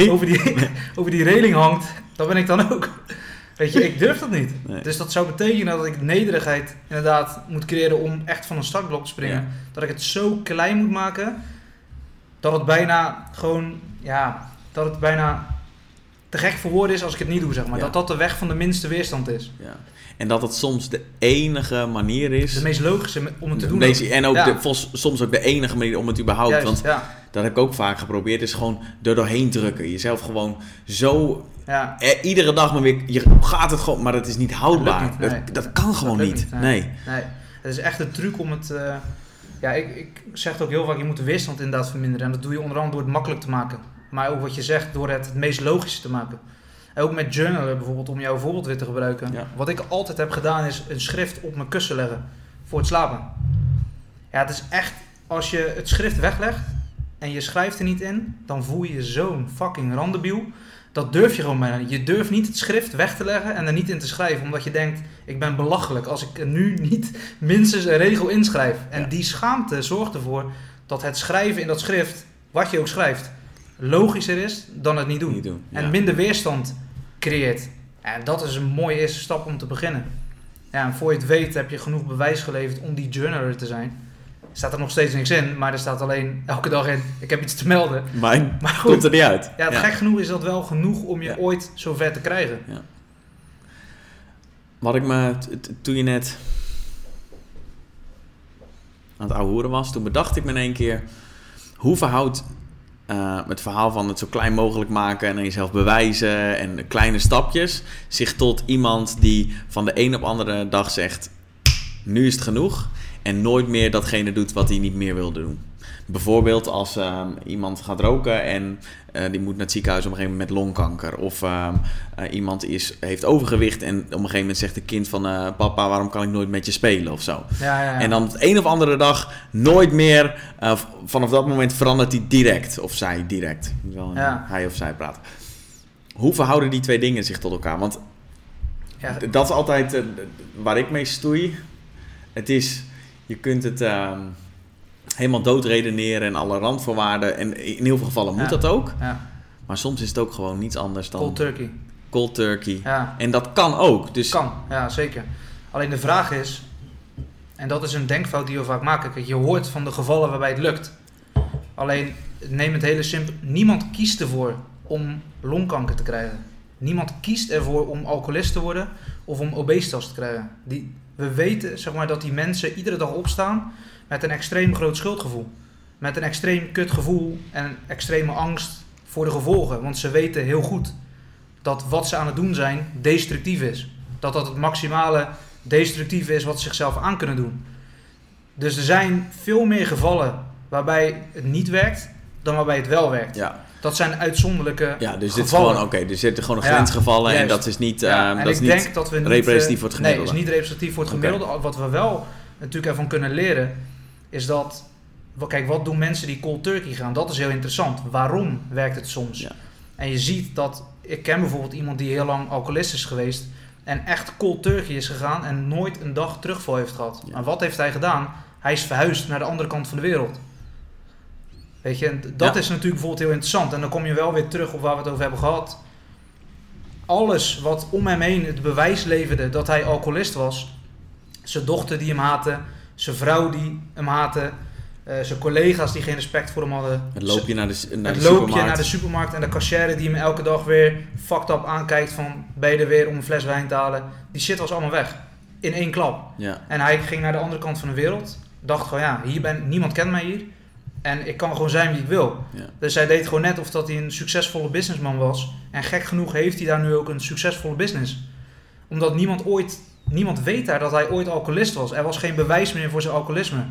over die reling hangt. Dat ben ik dan ook. Weet je, ik durf dat niet. Nee. Dus dat zou betekenen dat ik nederigheid inderdaad moet creëren om echt van een startblok te springen. Ja. Dat ik het zo klein moet maken dat het bijna gewoon, dat het bijna te gek voor woorden is als ik het niet doe, zeg maar. Ja. Dat de weg van de minste weerstand is. Ja. En dat het soms de enige manier is. De meest logische om het te doen. En ook soms ook de enige manier om het überhaupt. Juist, want dat heb ik ook vaak geprobeerd, is gewoon er doorheen drukken. Jezelf gewoon zo iedere dag maar weer. Je gaat het gewoon, maar dat is niet houdbaar. Dat kan gewoon niet. Nee. Het is echt een truc om het. Ik zeg het ook heel vaak, je moet de weerstand inderdaad verminderen. En dat doe je onder andere door het makkelijk te maken. Maar ook wat je zegt, door het meest logische te maken. En ook met journalen bijvoorbeeld, om jouw voorbeeld weer te gebruiken. Ja. Wat ik altijd heb gedaan is een schrift op mijn kussen leggen. Voor het slapen. Ja, het is echt, als je het schrift weglegt en je schrijft er niet in, dan voel je zo'n fucking randebiel. Dat durf je gewoon bijna niet. Je durft niet het schrift weg te leggen en er niet in te schrijven. Omdat je denkt, ik ben belachelijk als ik er nu niet minstens een regel inschrijf. En die schaamte zorgt ervoor dat het schrijven in dat schrift, wat je ook schrijft, logischer is dan het niet doen. Niet doen, ja. En minder weerstand creëert. En dat is een mooie eerste stap om te beginnen. Ja, en voor je het weet heb je genoeg bewijs geleverd om die journaler te zijn. Er staat er nog steeds niks in, maar er staat alleen elke dag in, ik heb iets te melden. Maar goed, komt er niet uit. Ja, gek genoeg is dat wel genoeg om je ooit zo ver te krijgen. Ja. Wat ik me, toen je net aan het ouwehoeren was, toen bedacht ik me in één keer, hoe verhoudt het verhaal van het zo klein mogelijk maken en aan jezelf bewijzen en kleine stapjes zich tot iemand die van de een op andere dag zegt, nu is het genoeg en nooit meer datgene doet wat hij niet meer wilde doen. Bijvoorbeeld als iemand gaat roken en die moet naar het ziekenhuis op een gegeven moment met longkanker. Of iemand heeft overgewicht en op een gegeven moment zegt een kind van papa, waarom kan ik nooit met je spelen of zo. Ja. En dan op een of andere dag nooit meer, vanaf dat moment verandert hij direct. Of zij direct. Ik moet wel hij of zij praten. Hoe verhouden die twee dingen zich tot elkaar? Want dat is altijd waar ik mee stoei. Het is, je kunt het helemaal doodredeneren en alle randvoorwaarden. En in heel veel gevallen moet dat ook. Ja. Maar soms is het ook gewoon niets anders dan Cold turkey. Ja. En dat kan ook. Dus kan, ja zeker. Alleen de vraag is, en dat is een denkfout die we vaak maken. Kijk, je hoort van de gevallen waarbij het lukt. Alleen, neem het hele simpel. Niemand kiest ervoor om longkanker te krijgen. Niemand kiest ervoor om alcoholist te worden of om obesitas te krijgen. We weten zeg maar, dat die mensen iedere dag opstaan met een extreem groot schuldgevoel. Met een extreem kut gevoel en een extreme angst voor de gevolgen. Want ze weten heel goed dat wat ze aan het doen zijn destructief is. Dat het maximale destructieve is wat ze zichzelf aan kunnen doen. Dus er zijn veel meer gevallen waarbij het niet werkt dan waarbij het wel werkt. Ja. Dat zijn uitzonderlijke gevallen. Dus dit is gewoon, er zitten gewoon grensgevallen en dat is niet, dat is niet representatief voor het gemiddelde. Nee, het is niet representatief voor het gemiddelde. Wat we wel natuurlijk ervan kunnen leren is dat, kijk, wat doen mensen die cold turkey gaan? Dat is heel interessant. Waarom werkt het soms? Ja. En je ziet dat, ik ken bijvoorbeeld iemand die heel lang alcoholist is geweest en echt cold turkey is gegaan en nooit een dag terugval heeft gehad. Ja. Maar wat heeft hij gedaan? Hij is verhuisd naar de andere kant van de wereld. Weet je, dat is natuurlijk bijvoorbeeld heel interessant. En dan kom je wel weer terug op waar we het over hebben gehad. Alles wat om hem heen het bewijs leverde dat hij alcoholist was. Zijn dochter die hem haatte. Zijn vrouw die hem haatte. Zijn collega's die geen respect voor hem hadden. Het loopje naar de supermarkt. En de cashier die hem elke dag weer fucked up aankijkt van, ben je er weer om een fles wijn te halen. Die shit was allemaal weg. In één klap. Ja. En hij ging naar de andere kant van de wereld. Dacht gewoon, niemand kent mij hier. En ik kan gewoon zijn wie ik wil. Ja. Dus hij deed gewoon net of dat hij een succesvolle businessman was. En gek genoeg heeft hij daar nu ook een succesvolle business. Omdat niemand weet daar dat hij ooit alcoholist was. Er was geen bewijs meer voor zijn alcoholisme.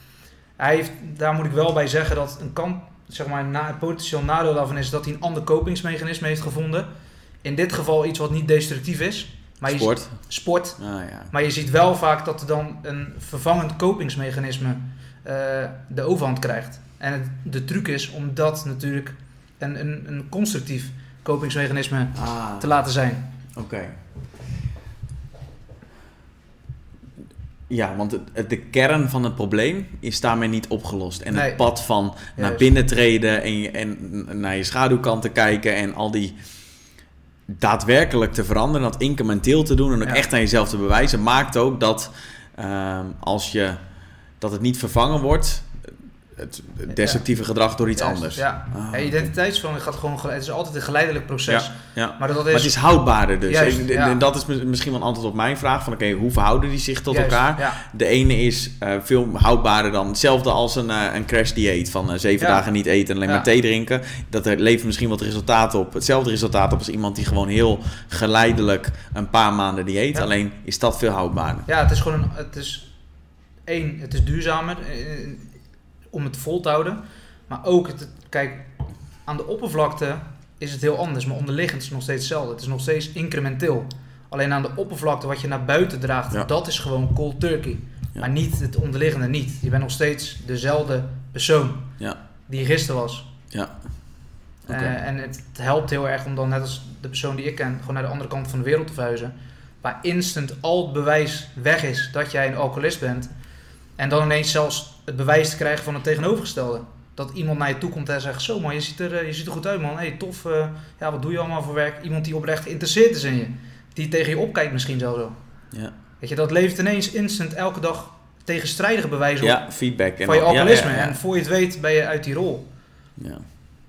Daar moet ik wel bij zeggen dat een potentieel nadeel daarvan is dat hij een ander kopingsmechanisme heeft gevonden. In dit geval iets wat niet destructief is. Maar sport. Maar je ziet wel vaak dat er dan een vervangend kopingsmechanisme de overhand krijgt. En de truc is om dat natuurlijk een constructief kopingsmechanisme te laten zijn. Oké. Ja, want de kern van het probleem is daarmee niet opgelost. En het pad van naar binnen treden en naar je schaduwkant te kijken en al die daadwerkelijk te veranderen, dat incrementeel te doen en ook echt aan jezelf te bewijzen, maakt ook dat dat het niet vervangen wordt, het destructieve gedrag door iets anders. Ja. Identiteitsverandering het is altijd een geleidelijk proces. Ja. Maar het is houdbaarder dus. En dat is misschien wel een antwoord op mijn vraag van hoe verhouden die zich tot elkaar? Ja. De ene is veel houdbaarder dan hetzelfde als een crash dieet van 7 dagen niet eten en alleen maar thee drinken. Dat levert misschien wat resultaten op. Hetzelfde resultaat op als iemand die gewoon heel geleidelijk een paar maanden dieet. Ja. Alleen is dat veel houdbaarder. Ja, het is gewoon het is duurzamer om het vol te houden. Maar ook, kijk, aan de oppervlakte is het heel anders. Maar onderliggend is het nog steeds hetzelfde. Het is nog steeds incrementeel. Alleen aan de oppervlakte wat je naar buiten draagt, dat is gewoon cold turkey. Ja. Maar niet het onderliggende niet. Je bent nog steeds dezelfde persoon die gisteren was. Ja. Okay. En het helpt heel erg om dan, net als de persoon die ik ken, gewoon naar de andere kant van de wereld te verhuizen. Waar instant al het bewijs weg is dat jij een alcoholist bent. En dan ineens zelfs het bewijs te krijgen van het tegenovergestelde. Dat iemand naar je toe komt en zegt, zo man, je ziet er goed uit man. Hey, tof, wat doe je allemaal voor werk? Iemand die oprecht geïnteresseerd is in je. Die tegen je opkijkt misschien zelfs wel. Ja. Weet je, dat levert ineens instant elke dag tegenstrijdige bewijzen op feedback. van je alcoholisme. En voor je het weet ben je uit die rol. Ja.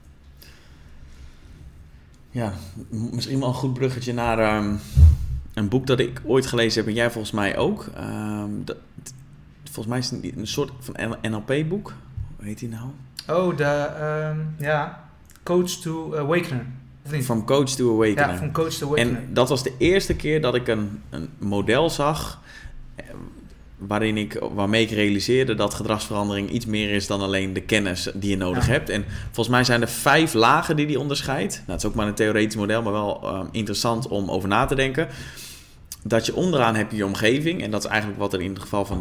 Ja, misschien wel een goed bruggetje naar een boek dat ik ooit gelezen heb en jij volgens mij ook. Volgens mij is het een soort van NLP-boek. Hoe heet die nou? Oh, Coach to Awakener. Of niet? From Coach to Awakener. Ja, From Coach to Awakener. En dat was de eerste keer dat ik een model zag waarmee ik realiseerde dat gedragsverandering iets meer is dan alleen de kennis die je nodig hebt. En volgens mij zijn er 5 lagen die onderscheidt. Nou, het is ook maar een theoretisch model, maar wel interessant om over na te denken. Dat je onderaan heb je omgeving. En dat is eigenlijk wat er in het geval van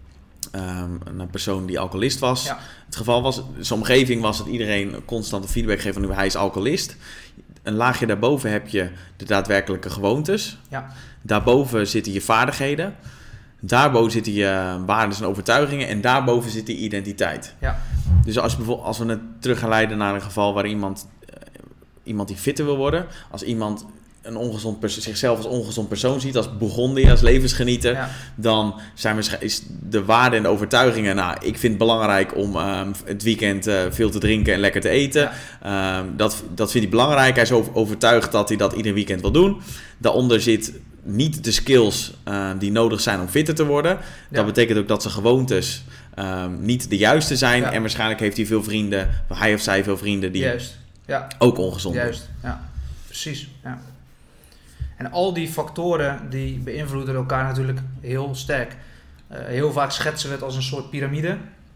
een persoon die alcoholist was. Ja. Het geval was, zijn omgeving was dat iedereen constante feedback geeft van hij is alcoholist. Een laagje daarboven heb je de daadwerkelijke gewoontes. Ja. Daarboven zitten je vaardigheden. Daarboven zitten je waarden en overtuigingen. En daarboven zit die identiteit. Ja. Dus als we het terug gaan leiden naar een geval waar iemand die fitter wil worden. Als iemand zichzelf als ongezond persoon ziet, als bourgondier, als levensgenieter, dan is de waarden en de overtuigingen. Nou, ik vind het belangrijk om het weekend veel te drinken en lekker te eten. Ja. Dat vindt hij belangrijk. Hij is overtuigd dat hij dat ieder weekend wil doen. Daaronder zit niet de skills die nodig zijn om fitter te worden. Ja. Dat betekent ook dat zijn gewoontes niet de juiste zijn. Ja. En waarschijnlijk heeft hij veel vrienden, hij of zij veel vrienden die ook ongezond zijn. Juist, ja. Precies, ja. En al die factoren die beïnvloeden elkaar natuurlijk heel sterk. Heel vaak schetsen we het als een soort piramide.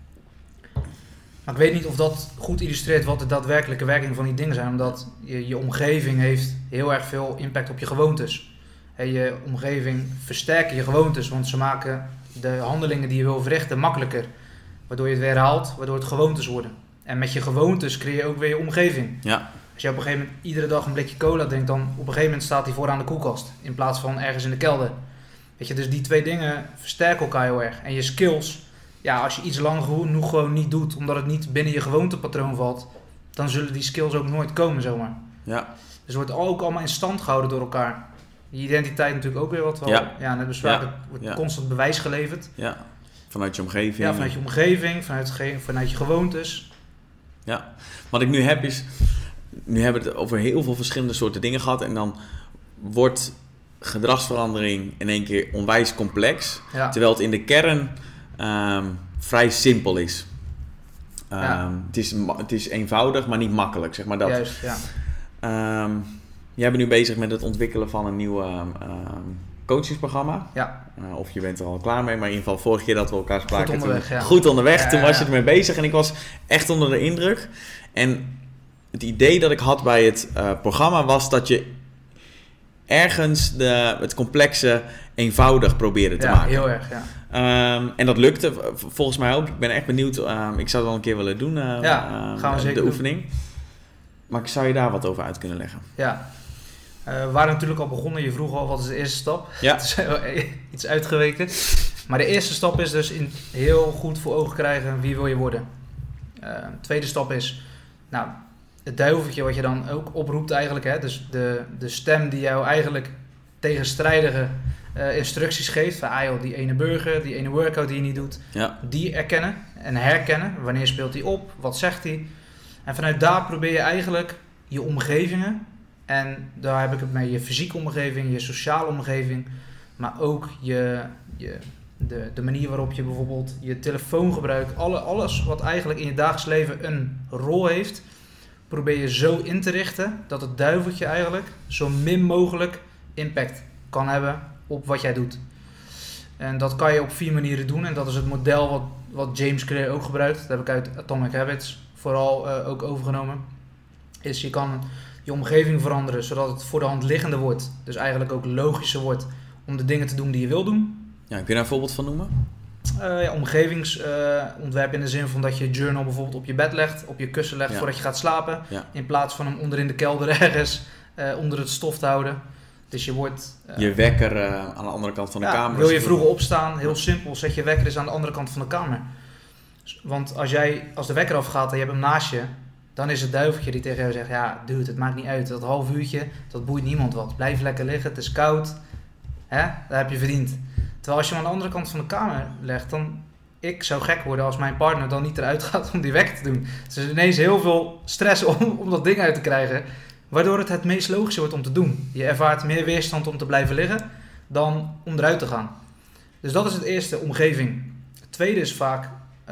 Maar ik weet niet of dat goed illustreert wat de daadwerkelijke werking van die dingen zijn. Omdat je omgeving heeft heel erg veel impact op je gewoontes. En je omgeving versterken je gewoontes, want ze maken de handelingen die je wil verrichten makkelijker. Waardoor je het weer herhaalt, waardoor het gewoontes worden. En met je gewoontes creëer je ook weer je omgeving. Ja. Als je op een gegeven moment iedere dag een blikje cola drinkt, dan op een gegeven moment staat die vooraan de koelkast. In plaats van ergens in de kelder. Weet je, dus die 2 dingen versterken elkaar heel erg. En je skills, als je iets lang genoeg gewoon niet doet, omdat het niet binnen je gewoontepatroon valt, dan zullen die skills ook nooit komen, zomaar. Ja. Dus het wordt ook allemaal in stand gehouden door elkaar. Je identiteit natuurlijk ook weer wat wel. Ja, net bespraken, wordt constant bewijs geleverd. Ja, vanuit je omgeving. Ja, vanuit je omgeving, vanuit je gewoontes. Ja, wat ik nu heb is, nu hebben we het over heel veel verschillende soorten dingen gehad en dan wordt gedragsverandering in één keer onwijs complex, terwijl het in de kern vrij simpel is. Het is eenvoudig, maar niet makkelijk, zeg maar dat. Juist, ja. Jij bent nu bezig met het ontwikkelen van een nieuw coachingsprogramma. Ja. Of je bent er al klaar mee, maar in ieder geval vorige keer dat we elkaar spraken. Goed onderweg, Toen was je ermee bezig en ik was echt onder de indruk. En het idee dat ik had bij het programma was dat je ergens het complexe eenvoudig probeerde te maken. Ja, heel erg, ja. En dat lukte volgens mij ook. Ik ben echt benieuwd. Ik zou het wel een keer willen doen, gaan we zeker de oefening. Doen. Maar zou je daar wat over uit kunnen leggen? Ja. We waren natuurlijk al begonnen. Je vroeg al, wat is de eerste stap? Ja. Het is wel iets uitgeweken. Maar de eerste stap is dus heel goed voor ogen krijgen wie wil je worden. De tweede stap is het duiveltje wat je dan ook oproept eigenlijk. Hè? Dus de stem die jou eigenlijk tegenstrijdige instructies geeft. Van die ene burger, die ene workout die je niet doet. Ja. Die erkennen en herkennen. Wanneer speelt hij op? Wat zegt hij? En vanuit daar probeer je eigenlijk je omgevingen. En daar heb ik het mee, je fysieke omgeving, je sociale omgeving. Maar ook de manier waarop je bijvoorbeeld je telefoon gebruikt. Alles wat eigenlijk in je dagelijks leven een rol heeft. Probeer je zo in te richten dat het duiveltje eigenlijk zo min mogelijk impact kan hebben op wat jij doet. En dat kan je op 4 manieren doen. En dat is het model wat James Clear ook gebruikt. Dat heb ik uit Atomic Habits vooral ook overgenomen. Is je kan je omgeving veranderen zodat het voor de hand liggende wordt. Dus eigenlijk ook logischer wordt om de dingen te doen die je wil doen. Ja, kun je daar een voorbeeld van noemen? Omgevingsontwerp in de zin van dat je journal bijvoorbeeld op je bed legt, op je kussen legt voordat je gaat slapen. Ja. In plaats van hem onder in de kelder ergens onder het stof te houden. Dus je wordt... je wekker aan de andere kant van de kamer. Wil je vroeger opstaan? Heel simpel. Zet je wekker eens aan de andere kant van de kamer. Want als de wekker afgaat en je hebt hem naast je, dan is het duiveltje die tegen jou zegt, ja, dude, het maakt niet uit. Dat half uurtje, dat boeit niemand wat. Blijf lekker liggen, het is koud. Hè? Dat heb je verdiend. Terwijl als je hem aan de andere kant van de kamer legt, dan... Ik zou gek worden als mijn partner dan niet eruit gaat om die wekker te doen. Dus er is ineens heel veel stress om dat ding uit te krijgen. Waardoor het meest logische wordt om te doen. Je ervaart meer weerstand om te blijven liggen dan om eruit te gaan. Dus dat is het eerste, omgeving. Het tweede is vaak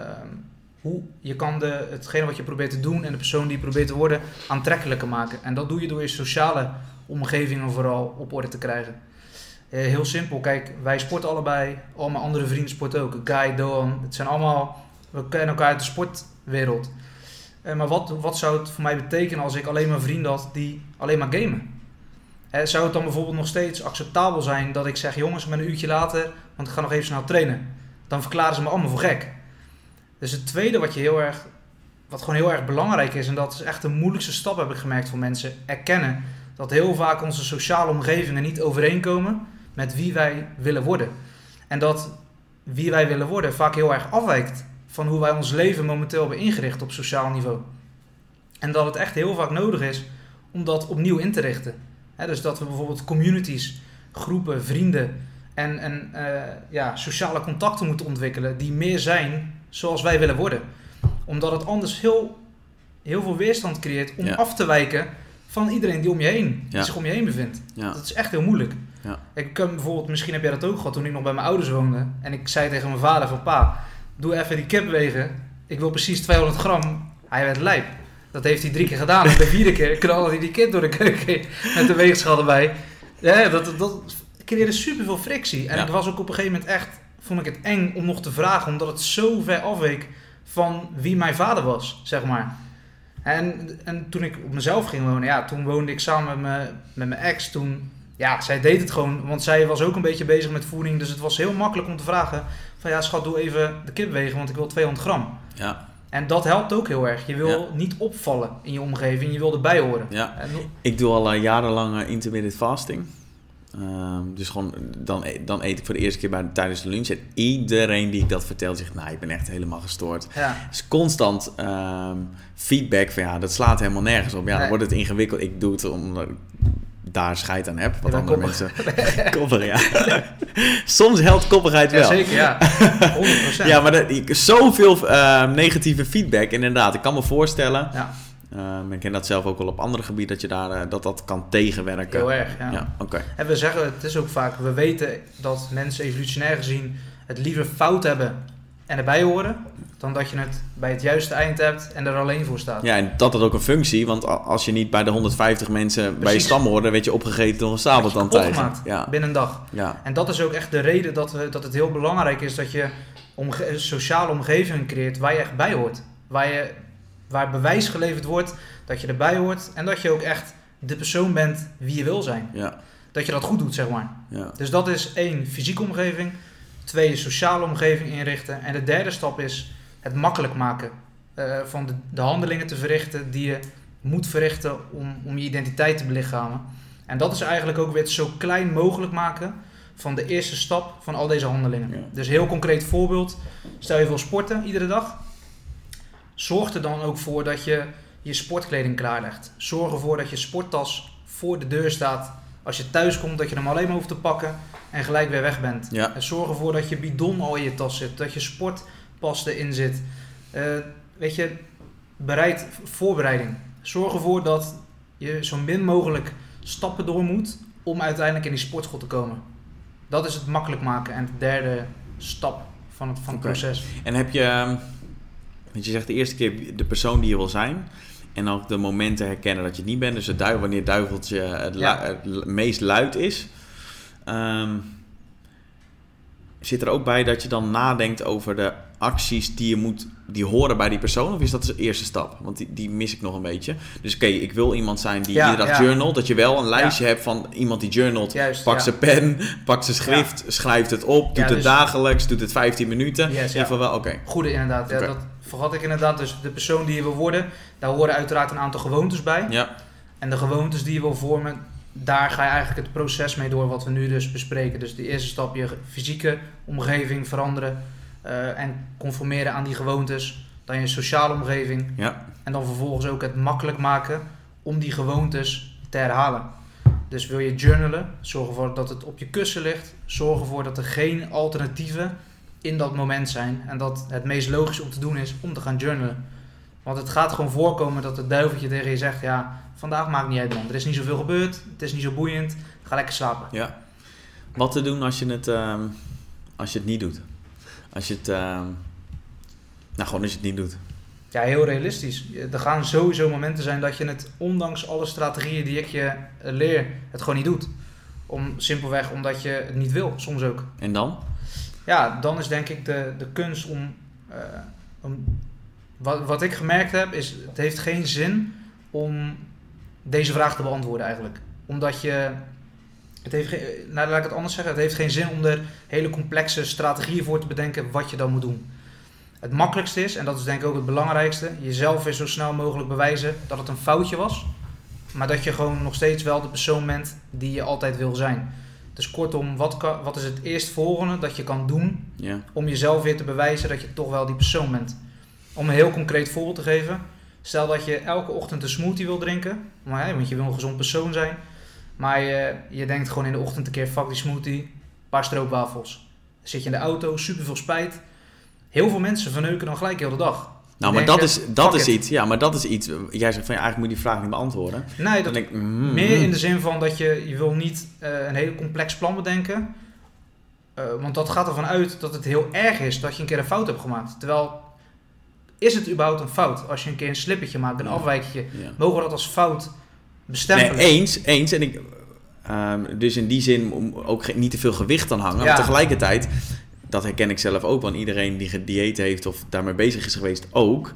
hoe je kan hetgene wat je probeert te doen en de persoon die je probeert te worden aantrekkelijker maken. En dat doe je door je sociale omgevingen vooral op orde te krijgen. Heel simpel, kijk, wij sporten allebei, al mijn andere vrienden sporten ook. Guy, Doan, het zijn allemaal, we kennen elkaar uit de sportwereld. Maar wat zou het voor mij betekenen als ik alleen maar vrienden had die alleen maar gamen? Zou het dan bijvoorbeeld nog steeds acceptabel zijn dat ik zeg, jongens, ik ben een uurtje later, want ik ga nog even snel trainen. Dan verklaren ze me allemaal voor gek. Dus het tweede wat gewoon heel erg belangrijk is, en dat is echt de moeilijkste stap heb ik gemerkt voor mensen, erkennen dat heel vaak onze sociale omgevingen niet overeenkomen met wie wij willen worden. En dat wie wij willen worden vaak heel erg afwijkt van hoe wij ons leven momenteel hebben ingericht op sociaal niveau. En dat het echt heel vaak nodig is om dat opnieuw in te richten. Dus dat we bijvoorbeeld communities, groepen, vrienden en sociale contacten moeten ontwikkelen die meer zijn zoals wij willen worden. Omdat het anders heel veel weerstand creëert om af te wijken van iedereen die zich om je heen bevindt. Ja. Dat is echt heel moeilijk. Ja. Ik kan bijvoorbeeld, misschien heb jij dat ook gehad toen ik nog bij mijn ouders woonde. En ik zei tegen mijn vader van, pa, doe even die kip wegen. Ik wil precies 200 gram. Hij werd lijp. Dat heeft hij 3 keer gedaan. En de 4e keer knalde hij die kip door de keuken met de weegschaal erbij. Ja, dat creëerde superveel frictie. En ik was ook op een gegeven moment echt, vond ik het eng om nog te vragen. Omdat het zo ver afweek van wie mijn vader was, zeg maar. En toen ik op mezelf ging wonen, toen woonde ik samen met mijn ex. Toen, zij deed het gewoon, want zij was ook een beetje bezig met voeding. Dus het was heel makkelijk om te vragen van, schat, doe even de kip wegen, want ik wil 200 gram. Ja. En dat helpt ook heel erg. Je wil niet opvallen in je omgeving, je wil erbij horen. Ja. Ik doe al jarenlang intermittent fasting. Dus gewoon, dan eet ik voor de eerste keer tijdens de lunch. En iedereen die ik dat vertel zegt, ik ben echt helemaal gestoord. Ja. Dus constant feedback van dat slaat helemaal nergens op. Dan wordt het ingewikkeld. Ik doe het omdat ik daar scheid aan heb. Wat andere mensen koppig, Soms helpt koppigheid wel. Zeker, ja. 100%. Ja, maar zoveel negatieve feedback. En inderdaad, ik kan me voorstellen... Ja. Ik ken dat zelf ook wel op andere gebieden, dat je dat kan tegenwerken. Heel erg, ja. Okay. En we zeggen, het is ook vaak, we weten dat mensen evolutionair gezien het liever fout hebben en erbij horen, dan dat je het bij het juiste eind hebt en er alleen voor staat. Ja, en dat had ook een functie, want als je niet bij de 150 mensen bij je stam hoorde, dan werd je opgegeten door een sabeltandtijger. Binnen een dag. Ja. En dat is ook echt de reden dat het heel belangrijk is dat je een sociale omgeving creëert waar je echt bij hoort. Waar bewijs geleverd wordt dat je erbij hoort en dat je ook echt de persoon bent wie je wil zijn. Ja. Dat je dat goed doet, zeg maar. Ja. Dus dat is 1, fysieke omgeving. 2, sociale omgeving inrichten. En de derde stap is het makkelijk maken van de handelingen te verrichten die je moet verrichten om je identiteit te belichamen. En dat is eigenlijk ook weer het zo klein mogelijk maken van de eerste stap van al deze handelingen. Ja. Dus heel concreet voorbeeld. Stel je wil sporten iedere dag. Zorg er dan ook voor dat je je sportkleding klaarlegt. Zorg ervoor dat je sporttas voor de deur staat. Als je thuis komt, dat je hem alleen maar hoeft te pakken en gelijk weer weg bent. Ja. En zorg ervoor dat je bidon al in je tas zit. Dat je sportpas erin zit. Voorbereiding. Zorg ervoor dat je zo min mogelijk stappen door moet om uiteindelijk in die sportschool te komen. Dat is het makkelijk maken en de derde stap van het proces. En heb je... Want je zegt de eerste keer de persoon die je wil zijn. En ook de momenten herkennen dat je het niet bent. Dus wanneer het duiveltje het meest luid is. Zit er ook bij dat je dan nadenkt over de acties die horen bij die persoon? Of is dat de eerste stap? Want die mis ik nog een beetje. Dus ik wil iemand zijn die iedere dag journalt. Dat je wel een lijstje hebt van iemand die journalt. Pakt zijn pen, pakt zijn schrift, schrijft het op. Doet het dagelijks, doet het 15 minuten. Yes, in ieder geval wel, oké. Goede inderdaad. Okay. Dat vergat ik inderdaad. Dus de persoon die je wil worden, daar horen uiteraard een aantal gewoontes bij. Ja. En de gewoontes die je wil vormen, daar ga je eigenlijk het proces mee door wat we nu dus bespreken. Dus de eerste stap, je fysieke omgeving veranderen. en conformeren aan die gewoontes. Dan je sociale omgeving. Ja. En dan vervolgens ook het makkelijk maken om die gewoontes te herhalen. Dus wil je journalen, zorg ervoor dat het op je kussen ligt. Zorg ervoor dat er geen alternatieven in dat moment zijn. En dat het meest logisch om te doen is om te gaan journalen. Want het gaat gewoon voorkomen dat het duiveltje tegen je zegt... ja, vandaag maakt niet uit man, er is niet zoveel gebeurd, het is niet zo boeiend, ga lekker slapen. Ja. Wat te doen als je het niet doet? Als je het... gewoon als je het niet doet. Ja, heel realistisch. Er gaan sowieso momenten zijn dat je het, ondanks alle strategieën die ik je leer, het gewoon niet doet. Simpelweg omdat je het niet wil, soms ook. En dan? Ja, dan is denk ik de kunst om wat ik gemerkt heb, is het heeft geen zin om deze vraag te beantwoorden eigenlijk. Omdat je... laat ik het anders zeggen. Het heeft geen zin om er hele complexe strategieën voor te bedenken wat je dan moet doen. Het makkelijkste is, en dat is denk ik ook het belangrijkste, jezelf weer zo snel mogelijk bewijzen dat het een foutje was. Maar dat je gewoon nog steeds wel de persoon bent die je altijd wil zijn. Dus kortom, wat is het eerstvolgende dat je kan doen om jezelf weer te bewijzen dat je toch wel die persoon bent. Om een heel concreet voorbeeld te geven. Stel dat je elke ochtend een smoothie wil drinken, want je wil een gezond persoon zijn. Maar je denkt gewoon in de ochtend een keer, fuck die smoothie, een paar stroopwafels. Dan zit je in de auto, super veel spijt. Heel veel mensen verneuken dan gelijk heel de dag. Nou, maar dat is iets. Ja, maar dat is iets. Jij zegt van eigenlijk moet je die vraag niet beantwoorden. Nee, dat meer in de zin van dat je wil niet een heel complex plan bedenken. Want dat gaat ervan uit dat het heel erg is dat je een keer een fout hebt gemaakt. Terwijl, is het überhaupt een fout? Als je een keer een slippertje maakt, een afwijkje, mogen we dat als fout bestempelen? Nee, eens. En ik, dus in die zin ook niet te veel gewicht aan hangen. Maar tegelijkertijd, dat herken ik zelf ook, want iedereen die gedieet heeft of daarmee bezig is geweest ook.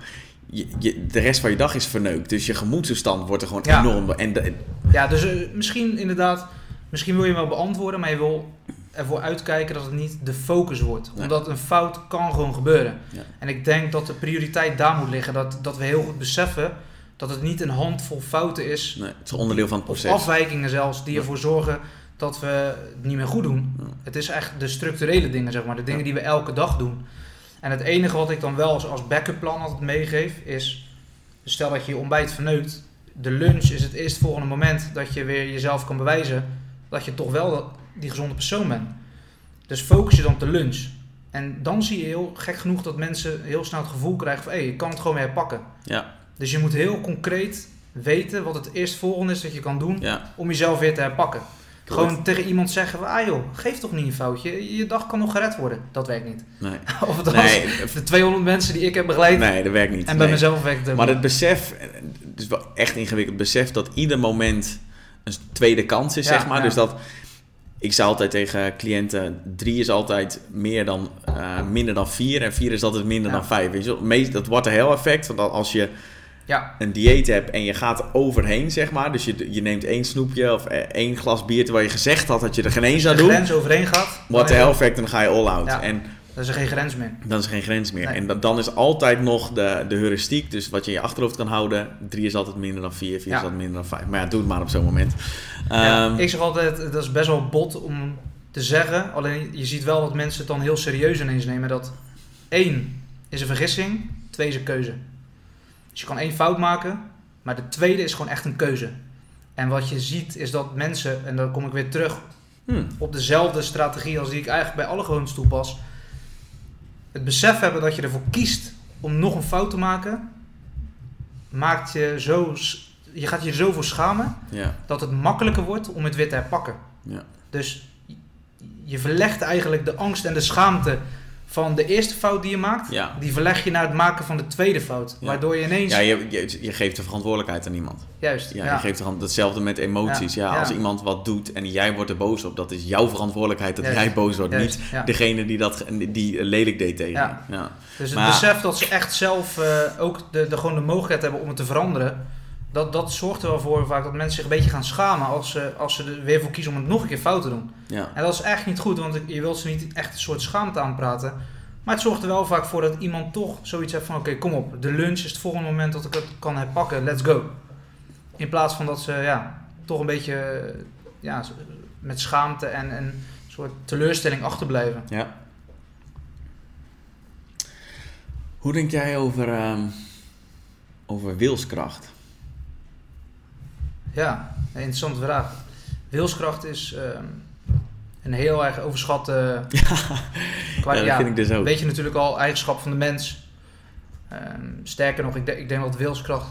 De rest van je dag is verneukt. Dus je gemoedstoestand wordt er gewoon enorm... Dus misschien inderdaad... Misschien wil je hem wel beantwoorden, maar je wil ervoor uitkijken dat het niet de focus wordt. Nee. Omdat een fout kan gewoon gebeuren. Ja. En ik denk dat de prioriteit daar moet liggen. Dat we heel goed beseffen dat het niet een handvol fouten is. Nee, het is onderdeel van het proces. Of afwijkingen zelfs, die ervoor zorgen dat we het niet meer goed doen. Ja. Het is echt de structurele dingen, zeg maar. De dingen die we elke dag doen. En het enige wat ik dan wel als backup plan altijd meegeef is... Stel dat je je ontbijt verneukt. De lunch is het eerstvolgende moment dat je weer jezelf kan bewijzen... dat je toch wel die gezonde persoon bent. Dus focus je dan op de lunch. En dan zie je heel gek genoeg dat mensen heel snel het gevoel krijgen van... je kan het gewoon weer herpakken. Ja. Dus je moet heel concreet weten wat het eerstvolgende is dat je kan doen... om jezelf weer te herpakken. Gewoon tegen iemand zeggen van... joh, geef toch niet een foutje. Je dag kan nog gered worden. Dat werkt niet. Nee. Of het de 200 mensen die ik heb begeleid... Nee, dat werkt niet. En bij mezelf werkt het ook maar niet. Het besef... Het is wel echt ingewikkeld. Het besef dat ieder moment... een tweede kans is, zeg maar. Ja. Dus dat, ik zei altijd tegen cliënten, 3 is altijd minder dan 4 en 4 is altijd minder dan 5. Weet je? Dat wordt een heel effect, want als je een dieet hebt en je gaat overheen, zeg maar, dus je neemt 1 snoepje of 1 glas bier, terwijl je gezegd had dat je er geen één zou doen. Als je de grens overheen gaat, wordt een heel effect en dan ga je all out. Ja. En dan is er geen grens meer. Dan is er geen grens meer. Nee. En dan is altijd nog de heuristiek. Dus wat je in je achterhoofd kan houden. 3 is altijd minder dan 4. 4 is altijd minder dan 5. Maar ja, doe het maar op zo'n moment. Ik zeg altijd, dat is best wel bot om te zeggen. Alleen je ziet wel dat mensen het dan heel serieus ineens nemen. Dat 1 is een vergissing. 2 is een keuze. Dus je kan 1 fout maken. Maar de tweede is gewoon echt een keuze. En wat je ziet is dat mensen, en dan kom ik weer terug op dezelfde strategie als die ik eigenlijk bij alle gewoontes toepas. Het besef hebben dat je ervoor kiest om nog een fout te maken, je gaat je er zo voor schamen dat het makkelijker wordt om het weer te herpakken. Ja. Dus je verlegt eigenlijk de angst en de schaamte van de eerste fout die je maakt, die verleg je naar het maken van de tweede fout. Ja. Waardoor je ineens... Ja, je geeft de verantwoordelijkheid aan iemand. Juist. Ja. Je geeft hetzelfde met emoties. Als iemand wat doet en jij wordt er boos op, dat is jouw verantwoordelijkheid dat jij boos wordt. Niet degene die lelijk deed tegen je. Ja. Dus het besef dat ze echt zelf ook gewoon de mogelijkheid hebben om het te veranderen, dat zorgt er wel voor vaak dat mensen zich een beetje gaan schamen als ze er weer voor kiezen om het nog een keer fout te doen. Ja. En dat is echt niet goed, want je wilt ze niet echt een soort schaamte aanpraten. Maar het zorgt er wel vaak voor dat iemand toch zoiets heeft van oké, kom op, de lunch is het volgende moment dat ik het kan herpakken, let's go. In plaats van dat ze toch een beetje met schaamte en een soort teleurstelling achterblijven. Ja. Hoe denk jij over wilskracht? Ja, een interessante vraag. Wilskracht is een heel erg overschatte... dat vind ik dus ook. Weet je natuurlijk al, eigenschap van de mens. Sterker nog, ik denk dat wilskracht...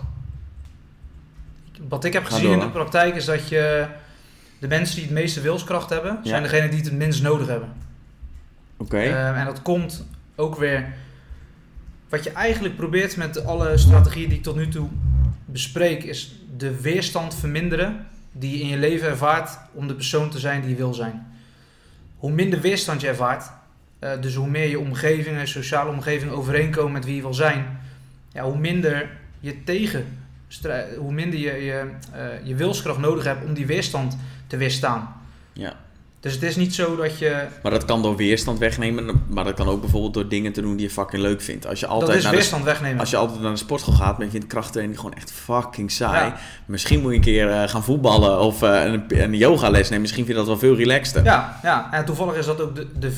Wat ik heb gezien in de praktijk is dat je... De mensen die het meeste wilskracht hebben, zijn degenen die het minst nodig hebben. Oké. En dat komt ook weer... Wat je eigenlijk probeert met alle strategieën die ik tot nu toe bespreek, is de weerstand verminderen die je in je leven ervaart om de persoon te zijn die je wil zijn. Hoe minder weerstand je ervaart, dus hoe meer je omgeving, je sociale omgeving overeenkomt met wie je wil zijn, hoe minder je hoe minder je wilskracht nodig hebt om die weerstand te weerstaan. Ja. Dus het is niet zo dat je... Maar dat kan door weerstand wegnemen, maar dat kan ook bijvoorbeeld door dingen te doen die je fucking leuk vindt. Als je altijd dat is weerstand wegnemen. Als je altijd naar de sportschool gaat, maar je vindt krachttraining gewoon echt fucking saai. Ja. Misschien moet je een keer gaan voetballen of een yogales nemen. Misschien vind je dat wel veel relaxter. Ja. En toevallig is dat ook het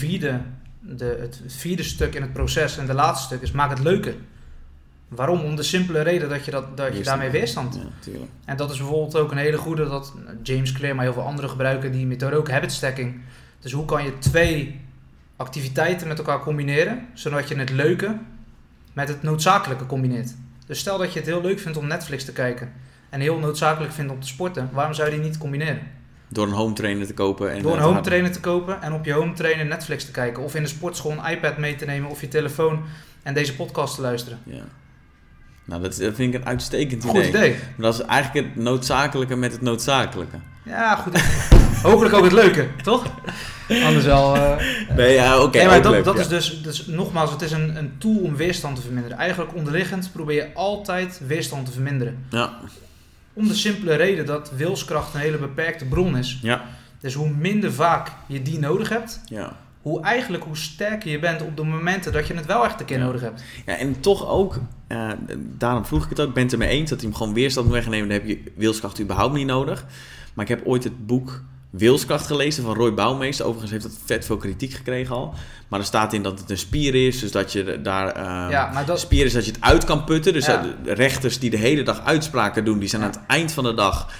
vierde stuk in het proces. En de laatste stuk is maak het leuker. Waarom? Om de simpele reden dat je daarmee weerstand. Ja, tuurlijk. En dat is bijvoorbeeld ook een hele goede, dat James Clear, maar heel veel anderen gebruiken die methode ook, habit stacking. Dus hoe kan je 2 activiteiten met elkaar combineren, zodat je het leuke met het noodzakelijke combineert. Dus stel dat je het heel leuk vindt om Netflix te kijken en heel noodzakelijk vindt om te sporten, waarom zou je die niet combineren? Door een home trainer te kopen. Door een home trainer te kopen en op je home trainer Netflix te kijken. Of in de sportschool een iPad mee te nemen of je telefoon en deze podcast te luisteren. Ja. Nou, dat vind ik een uitstekend idee. Goed idee. Maar dat is eigenlijk het noodzakelijke met het noodzakelijke. Ja, goed. Hopelijk ook het leuke, toch? Anders wel... Nee, ja, oké. Nee, maar dat is dus nogmaals, het is een tool om weerstand te verminderen. Eigenlijk onderliggend probeer je altijd weerstand te verminderen. Ja. Om de simpele reden dat wilskracht een hele beperkte bron is. Ja. Dus hoe minder vaak je die nodig hebt... Ja. Hoe sterker je bent op de momenten dat je het wel echt een keer nodig hebt. Ja, en toch ook, daarom vroeg ik het ook, ik ben het ermee eens dat hij hem gewoon weerstand moet wegnemen. Dan heb je wilskracht überhaupt niet nodig. Maar ik heb ooit het boek Wilskracht gelezen van Roy Bouwmeester. Overigens heeft dat vet veel kritiek gekregen al. Maar er staat in dat het een spier is, dus dat je daar... spier is dat je het uit kan putten. Dus de rechters die de hele dag uitspraken doen, die zijn aan het eind van de dag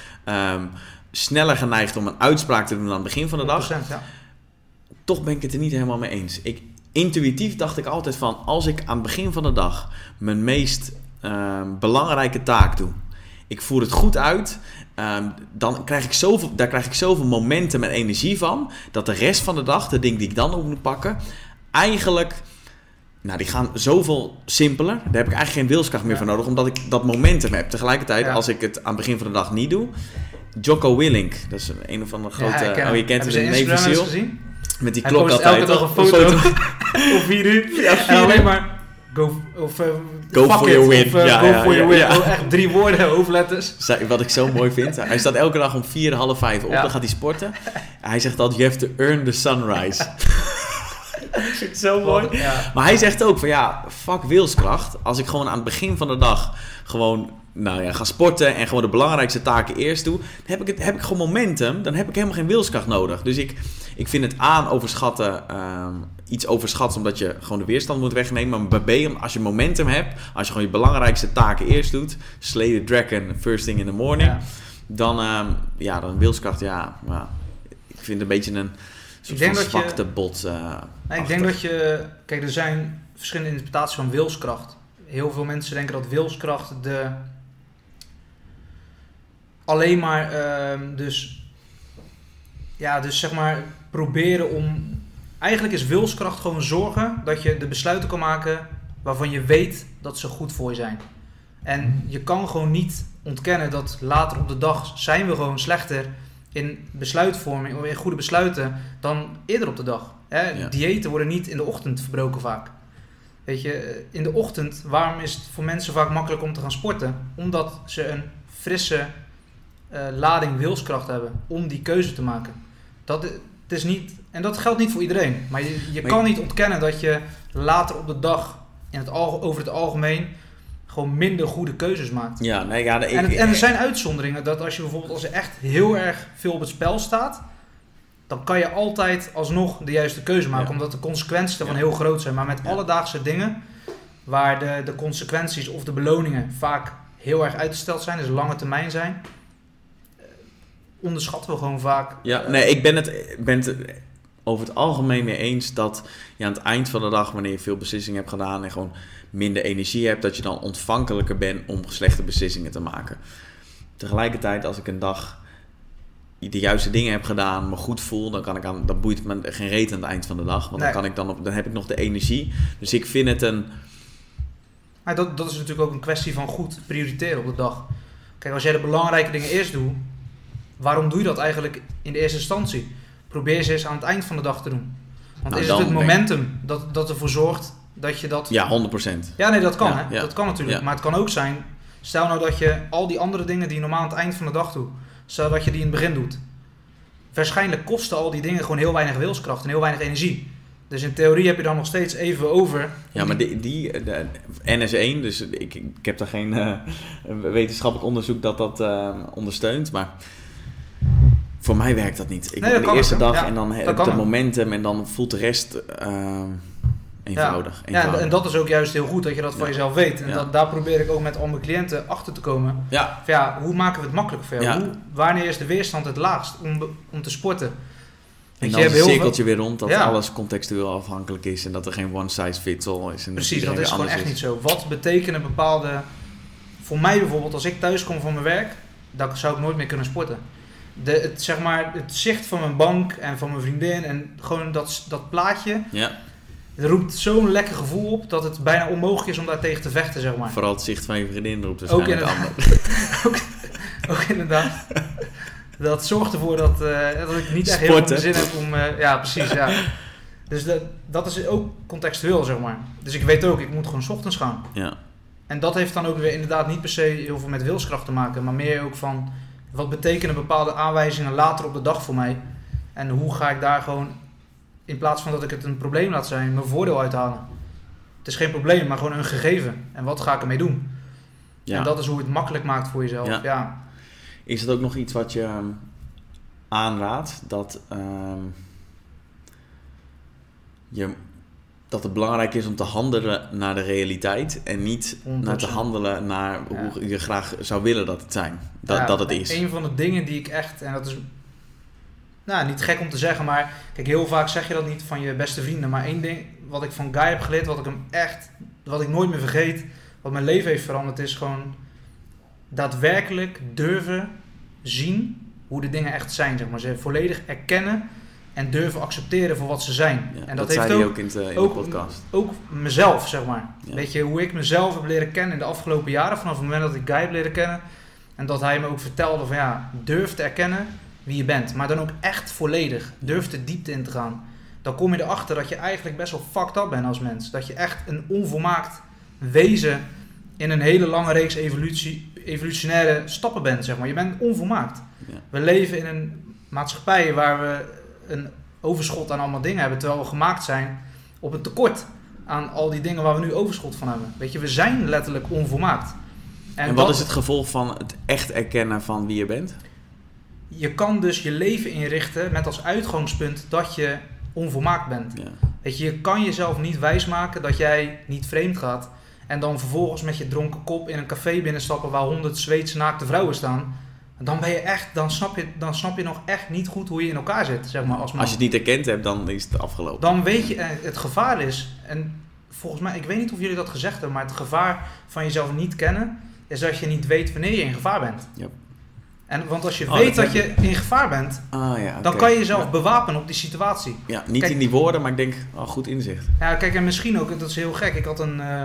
sneller geneigd om een uitspraak te doen dan aan het begin van de dag. 100%, ja. Toch ben ik het er niet helemaal mee eens. Intuïtief dacht ik altijd van, als ik aan het begin van de dag mijn meest belangrijke taak doe, ik voer het goed uit, dan krijg ik zoveel momentum en energie van, dat de rest van de dag, de dingen die ik dan op moet pakken, eigenlijk, die gaan zoveel simpeler. Daar heb ik eigenlijk geen wilskracht meer voor nodig, omdat ik dat momentum heb. Tegelijkertijd, als ik het aan het begin van de dag niet doe, Jocko Willink, dat is een of andere grote... je kent hem in Navy SEAL. Met die klok altijd. Elke dag een foto. Op 4 uur. Ja, en alleen maar... Go for your win. Go for your win. Ja. Echt 3 woorden, hoofdletters. Wat ik zo mooi vind. Hij staat elke dag om 4:30, 5 op. Dan gaat hij sporten. Hij zegt altijd, you have to earn the sunrise. Dat vind ik zo mooi. Ja. Maar hij zegt ook van fuck wilskracht. Als ik gewoon aan het begin van de dag gewoon... ga sporten en gewoon de belangrijkste taken eerst doe, dan heb ik gewoon momentum, dan heb ik helemaal geen wilskracht nodig. Dus ik vind het overschatten, iets overschatten, omdat je gewoon de weerstand moet wegnemen. Maar B, als je momentum hebt, als je gewoon je belangrijkste taken eerst doet, slay the dragon first thing in the morning, dan wilskracht, ik vind het een beetje een soort van zwakte bot. Ik denk dat je, kijk, er zijn verschillende interpretaties van wilskracht. Heel veel mensen denken dat wilskracht alleen maar dus zeg maar proberen om... Eigenlijk is wilskracht gewoon zorgen dat je de besluiten kan maken waarvan je weet dat ze goed voor je zijn. En je kan gewoon niet ontkennen dat later op de dag zijn we gewoon slechter in besluitvorming of in goede besluiten dan eerder op de dag. Diëten worden niet in de ochtend verbroken vaak. Weet je, in de ochtend, waarom is het voor mensen vaak makkelijk om te gaan sporten? Omdat ze een frisse lading wilskracht hebben om die keuze te maken. Het is niet, en dat geldt niet voor iedereen. Maar je kan niet ontkennen dat je later op de dag over het algemeen gewoon minder goede keuzes maakt. En er zijn uitzonderingen dat als er echt heel erg veel op het spel staat, dan kan je altijd alsnog de juiste keuze maken, omdat de consequenties ervan heel groot zijn. Maar met alledaagse dingen, waar de consequenties of de beloningen vaak heel erg uitgesteld zijn, dus lange termijn zijn, onderschatten we gewoon vaak. Ja, nee, ik ben het over het algemeen mee eens dat je aan het eind van de dag, wanneer je veel beslissingen hebt gedaan en gewoon minder energie hebt, dat je dan ontvankelijker bent om slechte beslissingen te maken. Tegelijkertijd, als ik een dag de juiste dingen heb gedaan, me goed voel, dan boeit me geen reet aan het eind van de dag. Want dan heb ik nog de energie. Dus ik vind het een... Maar dat is natuurlijk ook een kwestie van goed prioriteren op de dag. Kijk, als jij de belangrijke dingen eerst doet, waarom doe je dat eigenlijk in de eerste instantie? Probeer ze eens aan het eind van de dag te doen. Want is het momentum dat ervoor zorgt dat je dat... Ja, 100%. Ja, nee, dat kan. Ja, hè? ja. Dat kan natuurlijk. Ja. Maar het kan ook zijn, stel nou dat je al die andere dingen die je normaal aan het eind van de dag doet, stel dat je die in het begin doet. Waarschijnlijk kosten al die dingen gewoon heel weinig wilskracht en heel weinig energie. Dus in theorie heb je dan nog steeds even over. Ja, maar de NS1, dus ik heb daar geen wetenschappelijk onderzoek dat ondersteunt, maar voor mij werkt dat niet. Ik doe de eerste dag en dan heb ik het momentum en dan voelt de rest eenvoudig. Ja, en dat is ook juist heel goed dat je dat van jezelf weet. En daar probeer ik ook met al mijn cliënten achter te komen. Ja. Hoe maken we het makkelijk voor jou? Ja. Wanneer is de weerstand het laagst om te sporten? En dan is het cirkeltje weer rond dat alles contextueel afhankelijk is en dat er geen one size fits all is. En precies, dat is gewoon echt niet zo. Wat betekenen bepaalde... Voor mij bijvoorbeeld, als ik thuis kom van mijn werk, dan zou ik nooit meer kunnen sporten. Het zicht van mijn bank en van mijn vriendin en gewoon dat plaatje... Ja. Het roept zo'n lekker gevoel op dat het bijna onmogelijk is om daar tegen te vechten, zeg maar. Vooral het zicht van je vriendin roept waarschijnlijk allemaal. ook inderdaad. Dat zorgt ervoor dat ik niet echt heel veel zin heb om... ja, precies, ja. Dus dat is ook contextueel, zeg maar. Dus ik weet ook, ik moet gewoon 's ochtends gaan. Ja. En dat heeft dan ook weer inderdaad niet per se heel veel met wilskracht te maken, maar meer ook van... Wat betekenen bepaalde aanwijzingen later op de dag voor mij? En hoe ga ik daar gewoon... In plaats van dat ik het een probleem laat zijn, mijn voordeel uithalen. Het is geen probleem, maar gewoon een gegeven. En wat ga ik ermee doen? Ja. En dat is hoe je het makkelijk maakt voor jezelf. Ja. Is het ook nog iets wat je aanraadt? Dat het belangrijk is om te handelen naar de realiteit en niet 100%. Naar te handelen naar hoe je graag zou willen dat het zijn. Dat het is. Een van de dingen die ik echt, en dat is niet gek om te zeggen, maar kijk, heel vaak zeg je dat niet van je beste vrienden. Maar één ding wat ik van Guy heb geleerd, wat ik nooit meer vergeet, wat mijn leven heeft veranderd, is gewoon daadwerkelijk durven zien hoe de dingen echt zijn. Zeg maar. Ze volledig erkennen en durven accepteren voor wat ze zijn. Ja, en dat heeft zei hij ook in de podcast. Ook mezelf, zeg maar. Ja. Weet je, hoe ik mezelf heb leren kennen in de afgelopen jaren, vanaf het moment dat ik Guy heb leren kennen. En dat hij me ook vertelde van durf te erkennen wie je bent. Maar dan ook echt volledig. Durf de diepte in te gaan. Dan kom je erachter dat je eigenlijk best wel fucked up bent als mens. Dat je echt een onvolmaakt wezen in een hele lange reeks evolutionaire stappen bent, zeg maar. Je bent onvolmaakt. Ja. We leven in een maatschappij waar we een overschot aan allemaal dingen hebben, terwijl we gemaakt zijn op een tekort aan al die dingen waar we nu overschot van hebben. Weet je, we zijn letterlijk onvolmaakt. En wat is het gevolg van het echt erkennen van wie je bent? Je kan dus je leven inrichten met als uitgangspunt dat je onvolmaakt bent. Ja. Weet je kan jezelf niet wijsmaken dat jij niet vreemd gaat en dan vervolgens met je dronken kop in een café binnenstappen waar 100 Zweedse naakte vrouwen staan. Dan ben je echt, dan snap je nog echt niet goed hoe je in elkaar zit, zeg maar, als man. Als je het niet erkend hebt, dan is het afgelopen. Dan weet je, het gevaar is, en volgens mij, ik weet niet of jullie dat gezegd hebben, maar het gevaar van jezelf niet kennen is dat je niet weet wanneer je in gevaar bent. Yep. Want als je weet dat je in gevaar bent, dan kan je jezelf bewapenen op die situatie. Ja, niet in die woorden, maar ik denk, goed inzicht. Ja, kijk, en misschien ook, dat is heel gek. Ik had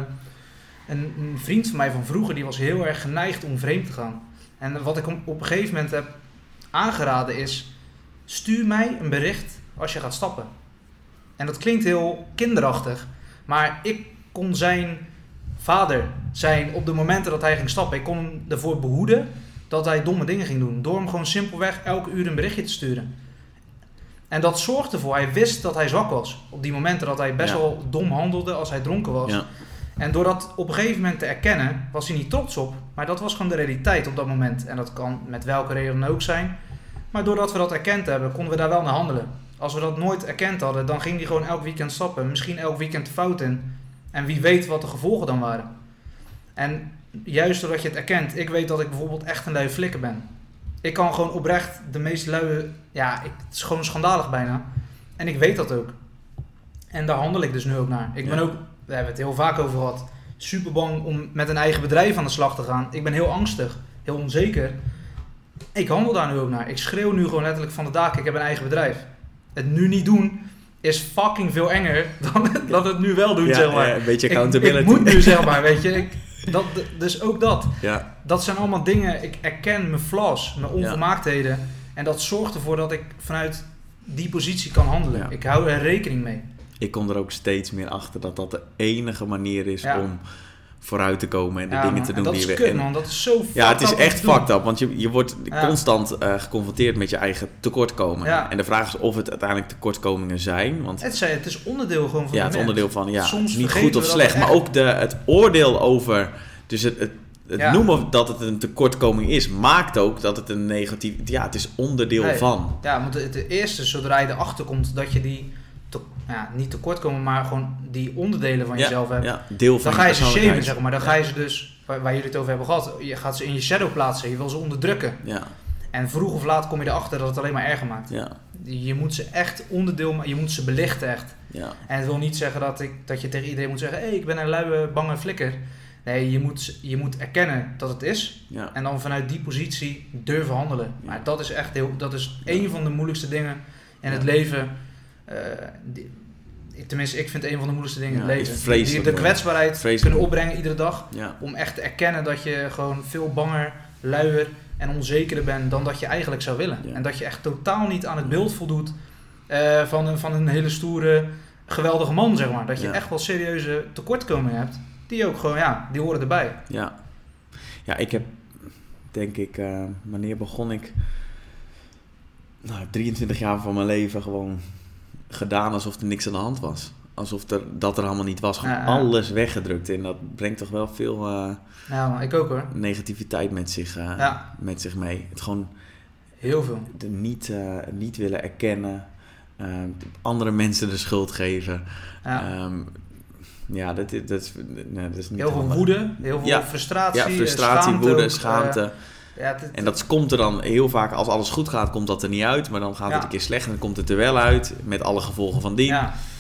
een vriend van mij van vroeger, die was heel erg geneigd om vreemd te gaan. En wat ik op een gegeven moment heb aangeraden is, stuur mij een bericht als je gaat stappen. En dat klinkt heel kinderachtig, maar ik kon zijn vader zijn op de momenten dat hij ging stappen. Ik kon hem ervoor behoeden dat hij domme dingen ging doen. Door hem gewoon simpelweg elke uur een berichtje te sturen. En dat zorgde ervoor. Hij wist dat hij zwak was. Op die momenten dat hij best wel dom handelde als hij dronken was. Ja. En door dat op een gegeven moment te erkennen, was hij niet trots op. Maar dat was gewoon de realiteit op dat moment. En dat kan met welke reden dan ook zijn. Maar doordat we dat erkend hebben, konden we daar wel naar handelen. Als we dat nooit erkend hadden, dan ging hij gewoon elk weekend stappen. Misschien elk weekend de fout in. En wie weet wat de gevolgen dan waren. En juist doordat je het erkent, ik weet dat ik bijvoorbeeld echt een luie flikker ben. Ik kan gewoon oprecht de meest luie, het is gewoon schandalig bijna. En ik weet dat ook. En daar handel ik dus nu ook naar. Ik ben ook, we hebben het heel vaak over gehad, super bang om met een eigen bedrijf aan de slag te gaan. Ik ben heel angstig, heel onzeker. Ik handel daar nu ook naar. Ik schreeuw nu gewoon letterlijk van de daken, ik heb een eigen bedrijf. Het nu niet doen is fucking veel enger dan het nu wel doen, zeg maar. Ja, een beetje accountability. Ik moet nu, zeg maar, weet je. Dus ook dat. Ja. Dat zijn allemaal dingen, ik erken mijn flaws, mijn onvolmaaktheden. En dat zorgt ervoor dat ik vanuit die positie kan handelen. Ja. Ik hou er rekening mee. Ik kom er ook steeds meer achter dat dat de enige manier is om vooruit te komen en de dingen te doen die je... Dat is kut, man. Dat is zo fucked up. Ja, het is echt fucked up, want je wordt constant geconfronteerd met je eigen tekortkomingen. Ja. En de vraag is of het uiteindelijk tekortkomingen zijn. Want het is onderdeel gewoon van het is onderdeel van, soms niet goed of slecht. Maar ook het oordeel over, dus het noemen dat het een tekortkoming is, maakt ook dat het een negatief... Ja, het is onderdeel van. Ja, want het eerste, zodra je erachter komt dat je die... niet tekortkomen, maar gewoon die onderdelen van jezelf hebt. Ja, deel van dan ga je ze shamen, zeg maar. Dan ga je ze dus, waar jullie het over hebben gehad, je gaat ze in je shadow plaatsen. Je wil ze onderdrukken. Ja. En vroeg of laat kom je erachter dat het alleen maar erger maakt. Ja. Je moet ze echt je moet ze belichten echt. Ja. En het wil niet zeggen dat je tegen iedereen moet zeggen, hey, ik ben een luie, bange flikker. Nee, je moet erkennen dat het is. Ja. En dan vanuit die positie durven handelen. Ja. Maar dat is echt een van de moeilijkste dingen in het leven. Tenminste, ik vind het een van de moeilijkste dingen in het leven. De kwetsbaarheid kunnen opbrengen iedere dag. Ja. Om echt te erkennen dat je gewoon veel banger, luier en onzekerder bent dan dat je eigenlijk zou willen. Ja. En dat je echt totaal niet aan het beeld voldoet van een hele stoere, geweldige man, zeg maar. Dat je echt wel serieuze tekortkomingen hebt. Die ook gewoon, die horen erbij. Ja, ik heb, denk ik, wanneer begon ik? 23 jaar van mijn leven gewoon gedaan alsof er niks aan de hand was. Alsof dat er allemaal niet was. Gewoon alles weggedrukt. En dat brengt toch wel veel maar ik ook, hoor. Negativiteit met zich mee. Het gewoon heel veel. Niet willen erkennen. Andere mensen de schuld geven. Ja. Dat is niet heel veel woede, heel veel frustratie. Ja, frustratie, woede, schaamte. En dat komt er dan heel vaak, als alles goed gaat, komt dat er niet uit. Maar dan gaat het een keer slecht en dan komt het er wel uit. Met alle gevolgen van dien.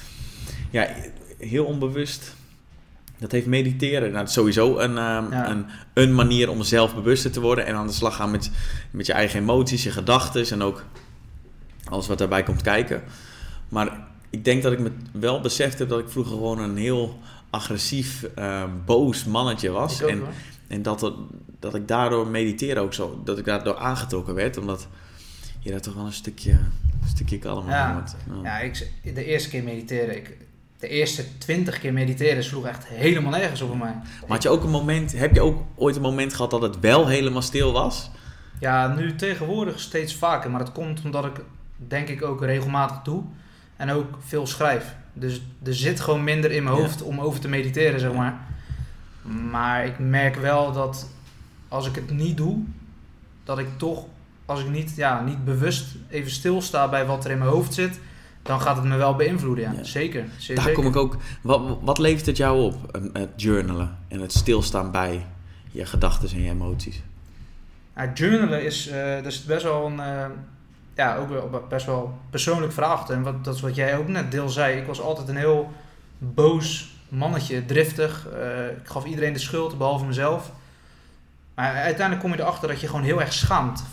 Ja, heel onbewust. Dat heeft mediteren. Nou, sowieso een manier om zelfbewuster te worden. En aan de slag gaan met je eigen emoties, je gedachten. En ook alles wat daarbij komt kijken. Maar ik denk dat ik me wel beseft heb dat ik vroeger gewoon een heel agressief, boos mannetje was. En dat ik daardoor mediteren ook zo, dat ik daardoor aangetrokken werd, omdat je daar toch wel een stukje kalmer wordt. Ja, de eerste keer mediteren, de eerste 20 keer mediteren sloeg echt helemaal nergens op mij. Maar heb je ook ooit een moment gehad dat het wel helemaal stil was? Ja, nu tegenwoordig steeds vaker, maar dat komt omdat ik, denk ik, ook regelmatig doe. En ook veel schrijf. Dus er zit gewoon minder in mijn hoofd om over te mediteren, zeg maar. Maar ik merk wel dat als ik het niet doe, dat ik toch, als ik niet bewust even stilsta bij wat er in mijn hoofd zit, dan gaat het me wel beïnvloeden, ja. Zeker. Daar kom ik ook. Wat levert het jou op, het journalen en het stilstaan bij je gedachten en je emoties? Journalen is best wel ook wel best wel persoonlijk verhaal achter. En dat is wat jij ook net deel zei. Ik was altijd een heel boos mannetje, driftig. Ik gaf iedereen de schuld, behalve mezelf. Maar uiteindelijk kom je erachter dat je gewoon heel erg schaamt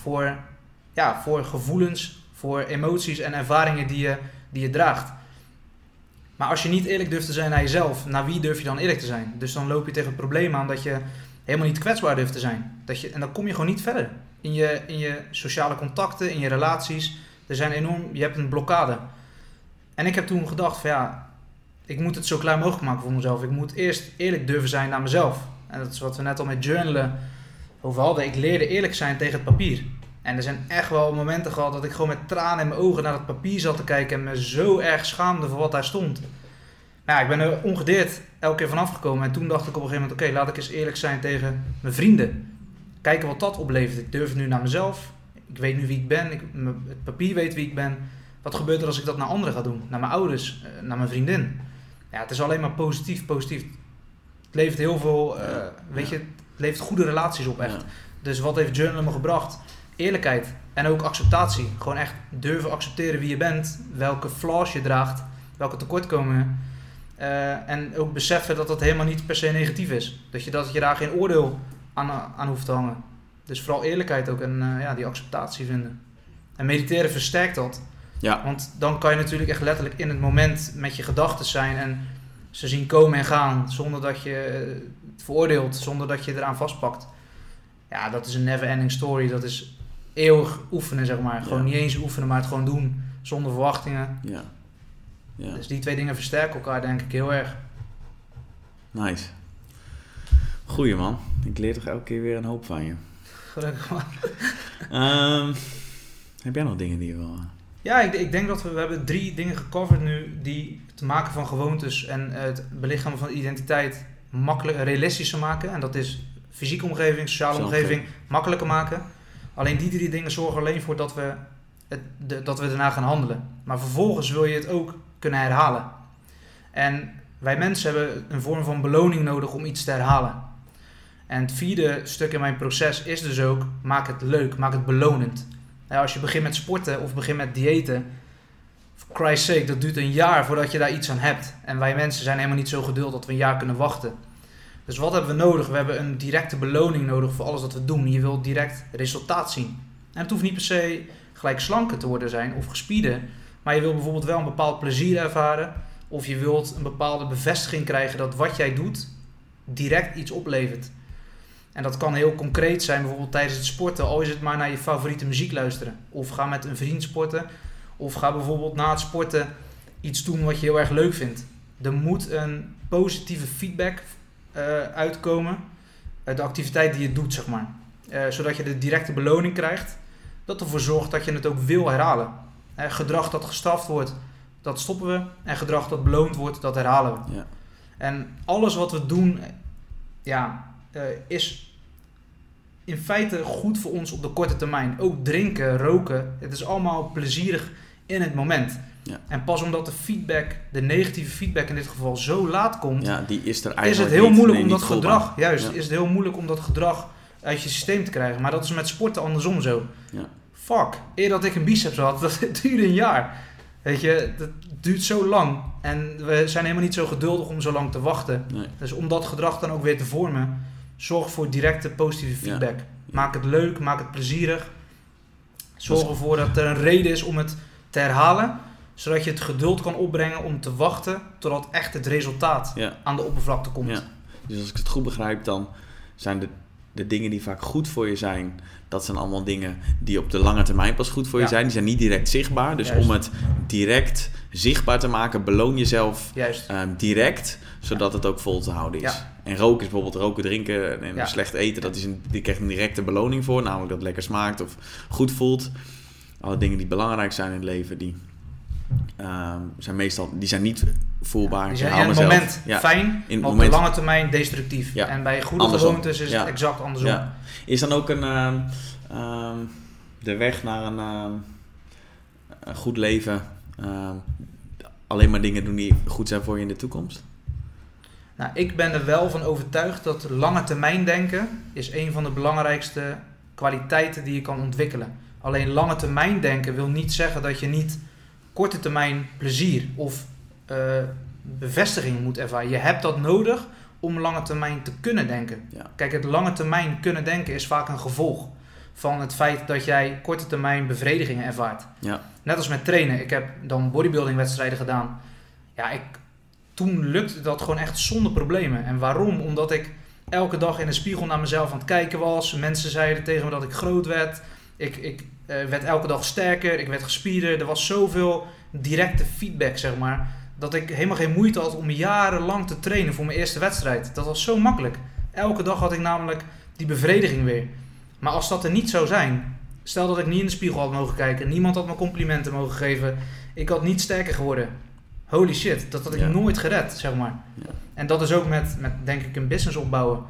voor gevoelens, voor emoties en ervaringen die je draagt. Maar als je niet eerlijk durft te zijn naar jezelf, naar wie durf je dan eerlijk te zijn? Dus dan loop je tegen het probleem aan dat je helemaal niet kwetsbaar durft te zijn. En dan kom je gewoon niet verder. In je sociale contacten, in je relaties. Je hebt een blokkade. En ik heb toen gedacht van ik moet het zo klein mogelijk maken voor mezelf. Ik moet eerst eerlijk durven zijn naar mezelf. En dat is wat we net al met journalen over hadden. Ik leerde eerlijk zijn tegen het papier. En er zijn echt wel momenten gehad dat ik gewoon met tranen in mijn ogen naar het papier zat te kijken en me zo erg schaamde voor wat daar stond. Ik ben er ongedeerd elke keer vanaf gekomen. En toen dacht ik op een gegeven moment, oké, laat ik eens eerlijk zijn tegen mijn vrienden. Kijken wat dat oplevert. Ik durf nu naar mezelf. Ik weet nu wie ik ben. Het papier weet wie ik ben. Wat gebeurt er als ik dat naar anderen ga doen? Naar mijn ouders, naar mijn vriendin. Ja, het is alleen maar positief. Het levert heel veel, het levert goede relaties op echt. Ja. Dus wat heeft journalen me gebracht? Eerlijkheid en ook acceptatie. Gewoon echt durven accepteren wie je bent, welke flaws je draagt, welke tekortkomingen. En ook beseffen dat dat helemaal niet per se negatief is. Dat je daar geen oordeel aan hoeft te hangen. Dus vooral eerlijkheid ook en die acceptatie vinden. En mediteren versterkt dat. Ja. Want dan kan je natuurlijk echt letterlijk in het moment met je gedachten zijn en ze zien komen en gaan zonder dat je het veroordeelt, zonder dat je eraan vastpakt. Ja, dat is een never ending story. Dat is eeuwig oefenen, zeg maar. Gewoon niet eens oefenen, maar het gewoon doen zonder verwachtingen. Ja. Dus die 2 dingen versterken elkaar, denk ik, heel erg. Nice. Goeie man. Ik leer toch elke keer weer een hoop van je. Gelukkig man. Heb jij nog dingen die je wil... Ja, ik denk dat we hebben 3 dingen gecoverd nu die het maken van gewoontes en het belichamen van identiteit realistischer maken. En dat is fysieke omgeving, sociale omgeving, makkelijker maken. Alleen die 3 dingen zorgen alleen voor dat we daarna gaan handelen. Maar vervolgens wil je het ook kunnen herhalen. En wij mensen hebben een vorm van beloning nodig om iets te herhalen. En het 4e stuk in mijn proces is dus ook, maak het leuk, maak het belonend. Nou, als je begint met sporten of begint met diëten, for Christ's sake, dat duurt een jaar voordat je daar iets aan hebt. En wij mensen zijn helemaal niet zo geduldig dat we een jaar kunnen wachten. Dus wat hebben we nodig? We hebben een directe beloning nodig voor alles wat we doen. Je wilt direct resultaat zien. En het hoeft niet per se gelijk slanker te worden zijn of gespieden. Maar je wilt bijvoorbeeld wel een bepaald plezier ervaren. Of je wilt een bepaalde bevestiging krijgen dat wat jij doet direct iets oplevert. En dat kan heel concreet zijn, bijvoorbeeld tijdens het sporten. Al is het maar naar je favoriete muziek luisteren. Of ga met een vriend sporten. Of ga bijvoorbeeld na het sporten iets doen wat je heel erg leuk vindt. Er moet een positieve feedback uitkomen uit de activiteit die je doet, zeg maar. Zodat je de directe beloning krijgt. Dat ervoor zorgt dat je het ook wil herhalen. Gedrag dat gestraft wordt, dat stoppen we. En gedrag dat beloond wordt, dat herhalen we. Ja. En alles wat we doen, is in feite goed voor ons op de korte termijn. Ook drinken, roken, het is allemaal plezierig in het moment. Ja. En pas omdat de negatieve feedback in dit geval zo laat komt, die is er eigenlijk is het heel moeilijk om dat niet gedrag, voelbaar. is het heel moeilijk om dat gedrag uit je systeem te krijgen. Maar dat is met sporten andersom zo. Ja. Fuck, eer dat ik een biceps had, dat duurde een jaar. Weet je, dat duurt zo lang. En we zijn helemaal niet zo geduldig om zo lang te wachten. Nee. Dus om dat gedrag dan ook weer te vormen, zorg voor directe positieve feedback. Ja. Maak het leuk, maak het plezierig. Zorg ervoor dat er een reden is om het te herhalen, zodat je het geduld kan opbrengen om te wachten totdat echt het resultaat aan de oppervlakte komt. Ja. Dus als ik het goed begrijp, dan zijn de dingen die vaak goed voor je zijn, dat zijn allemaal dingen die op de lange termijn pas goed voor je zijn. Die zijn niet direct zichtbaar. Dus om het direct zichtbaar te maken, beloon jezelf direct, zodat het ook vol te houden is. Ja. En roken is bijvoorbeeld roken, drinken en slecht eten. Die krijgt een directe beloning voor, namelijk dat het lekker smaakt of goed voelt. Alle dingen die belangrijk zijn in het leven, die zijn niet voelbaar. Die zijn in het moment fijn, maar op de lange termijn destructief. Ja. En bij goede gewoontes is het exact andersom. Ja. Is dan ook de weg naar een goed leven alleen maar dingen doen die goed zijn voor je in de toekomst? Nou, ik ben er wel van overtuigd dat lange termijn denken is een van de belangrijkste kwaliteiten die je kan ontwikkelen. Alleen lange termijn denken wil niet zeggen dat je niet korte termijn plezier of bevestiging moet ervaren. Je hebt dat nodig om lange termijn te kunnen denken. Ja. Kijk, het lange termijn kunnen denken is vaak een gevolg van het feit dat jij korte termijn bevredigingen ervaart. Ja. Net als met trainen. Ik heb dan bodybuilding wedstrijden gedaan. Ja, toen lukte dat gewoon echt zonder problemen. En waarom? Omdat ik elke dag in de spiegel naar mezelf aan het kijken was. Mensen zeiden tegen me dat ik groot werd. Ik werd elke dag sterker. Ik werd gespierder. Er was zoveel directe feedback, zeg maar, dat ik helemaal geen moeite had om jarenlang te trainen voor mijn eerste wedstrijd. Dat was zo makkelijk. Elke dag had ik namelijk die bevrediging weer. Maar als dat er niet zou zijn, stel dat ik niet in de spiegel had mogen kijken, niemand had me complimenten mogen geven, ik had niet sterker geworden. Holy shit, dat had ik nooit gered, zeg maar. Ja. En dat is ook met denk ik een business opbouwen.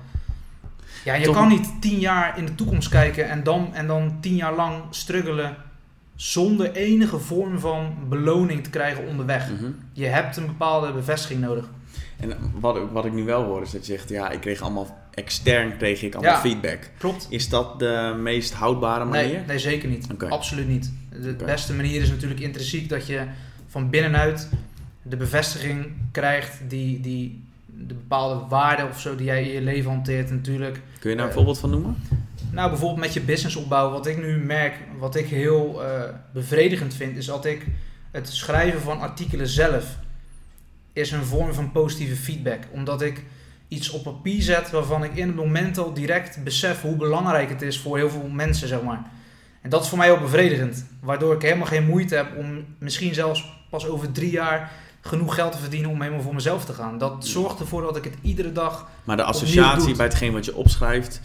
Ja, je kan niet 10 jaar in de toekomst kijken en dan 10 jaar lang struggelen zonder enige vorm van beloning te krijgen onderweg. Je hebt een bepaalde bevestiging nodig. En wat ik nu wel hoor is dat je zegt, ik kreeg allemaal extern feedback. Klopt. Is dat de meest houdbare manier? Nee, zeker niet. Okay. Absoluut niet. De beste manier is natuurlijk intrinsiek dat je van binnenuit de bevestiging krijgt die de bepaalde waarden of zo die jij in je leven hanteert natuurlijk. Kun je daar een voorbeeld van noemen? Nou, bijvoorbeeld met je businessopbouw. Wat ik nu merk, wat ik heel bevredigend vind, is dat ik het schrijven van artikelen zelf is een vorm van positieve feedback. Omdat ik iets op papier zet waarvan ik in het moment al direct besef hoe belangrijk het is voor heel veel mensen, zeg maar. En dat is voor mij ook bevredigend. Waardoor ik helemaal geen moeite heb om misschien zelfs pas over 3 jaar genoeg geld te verdienen om helemaal voor mezelf te gaan. Dat zorgt ervoor dat ik het iedere dag. Maar de associatie bij hetgeen wat je opschrijft,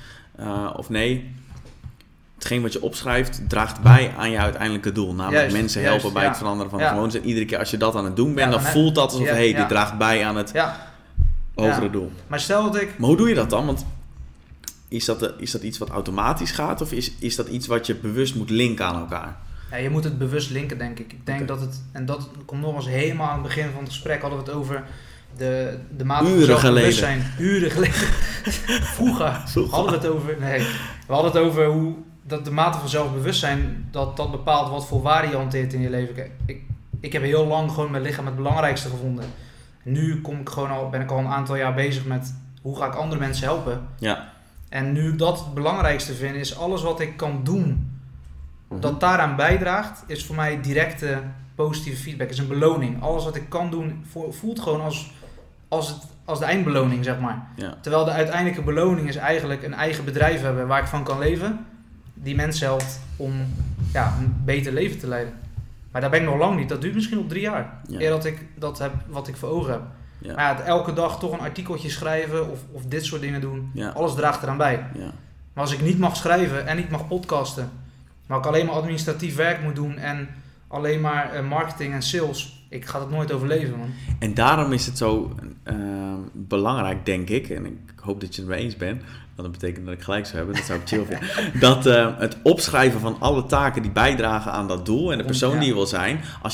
hetgeen wat je opschrijft draagt bij aan je uiteindelijke doel. Namelijk mensen helpen bij het veranderen van de gewoontes. En iedere keer als je dat aan het doen bent, dan voelt dat alsof dit draagt bij aan het hogere doel. Maar stel dat ik... Maar hoe doe je dat dan? Want is dat iets wat automatisch gaat of is dat iets wat je bewust moet linken aan elkaar? Ja, je moet het bewust linken, denk ik. Ik denk dat het... En dat komt nog eens helemaal aan het begin van het gesprek. Hadden we het over de mate van zelfbewustzijn. Uren geleden. Vroeger hadden we het over... Nee, we hadden het over hoe dat de mate van zelfbewustzijn dat bepaalt wat voor waarde je hanteert in je leven. Ik heb heel lang gewoon mijn lichaam het belangrijkste gevonden. Nu ben ik al een aantal jaar bezig met hoe ga ik andere mensen helpen. Ja. En nu ik dat het belangrijkste vind, is alles wat ik kan doen dat daaraan bijdraagt, is voor mij directe positieve feedback. Is een beloning. Alles wat ik kan doen voelt gewoon als de eindbeloning, zeg maar. Ja. Terwijl de uiteindelijke beloning is eigenlijk een eigen bedrijf hebben waar ik van kan leven. Die mensen helpt om een beter leven te leiden. Maar daar ben ik nog lang niet. Dat duurt misschien op 3 jaar. Ja. Eer dat ik dat heb wat ik voor ogen heb. Ja. Maar elke dag toch een artikeltje schrijven of dit soort dingen doen. Ja. Alles draagt eraan bij. Ja. Maar als ik niet mag schrijven en niet mag podcasten, maar ik alleen maar administratief werk moet doen en alleen maar marketing en sales, ik ga het nooit overleven, man. En daarom is het zo belangrijk, denk ik, en ik hoop dat je het mee eens bent, want dat betekent dat ik gelijk zou hebben, dat zou ik chill vinden, dat het opschrijven van alle taken die bijdragen aan dat doel en de persoon die je wil zijn, als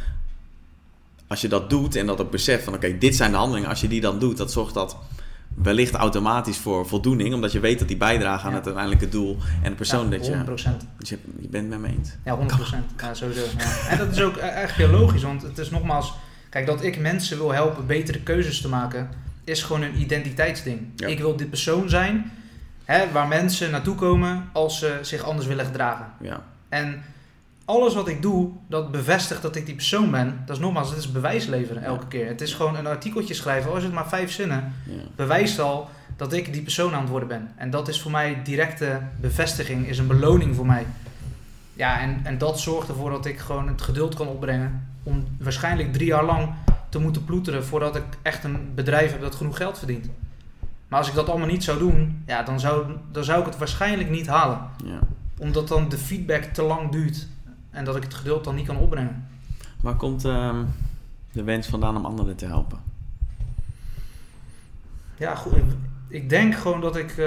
je dat doet en dat ook beseft van oké, dit zijn de handelingen, als je die dan doet, dat zorgt dat wellicht automatisch voor voldoening, omdat je weet dat die bijdragen aan het uiteindelijke doel en de persoon dat je... 100%. Dus je bent het met me eens. Ja, 100%. Ja, sowieso. Ja. En dat is ook echt heel logisch, want het is nogmaals, kijk, dat ik mensen wil helpen betere keuzes te maken, is gewoon een identiteitsding. Ja. Ik wil dit persoon zijn, waar mensen naartoe komen als ze zich anders willen gedragen. Ja. En alles wat ik doe, dat bevestigt dat ik die persoon ben. Dat is nogmaals, het is bewijs leveren elke keer. Het is gewoon een artikeltje schrijven, al is het maar 5 zinnen. Ja. Bewijst al dat ik die persoon aan het worden ben. En dat is voor mij directe bevestiging, is een beloning voor mij. Ja, en dat zorgt ervoor dat ik gewoon het geduld kan opbrengen om waarschijnlijk 3 jaar lang te moeten ploeteren voordat ik echt een bedrijf heb dat genoeg geld verdient. Maar als ik dat allemaal niet zou doen, ja, dan zou ik het waarschijnlijk niet halen. Ja. Omdat dan de feedback te lang duurt. En dat ik het geduld dan niet kan opbrengen. Waar komt de wens vandaan om anderen te helpen? Ja, goed. Ik denk gewoon dat ik...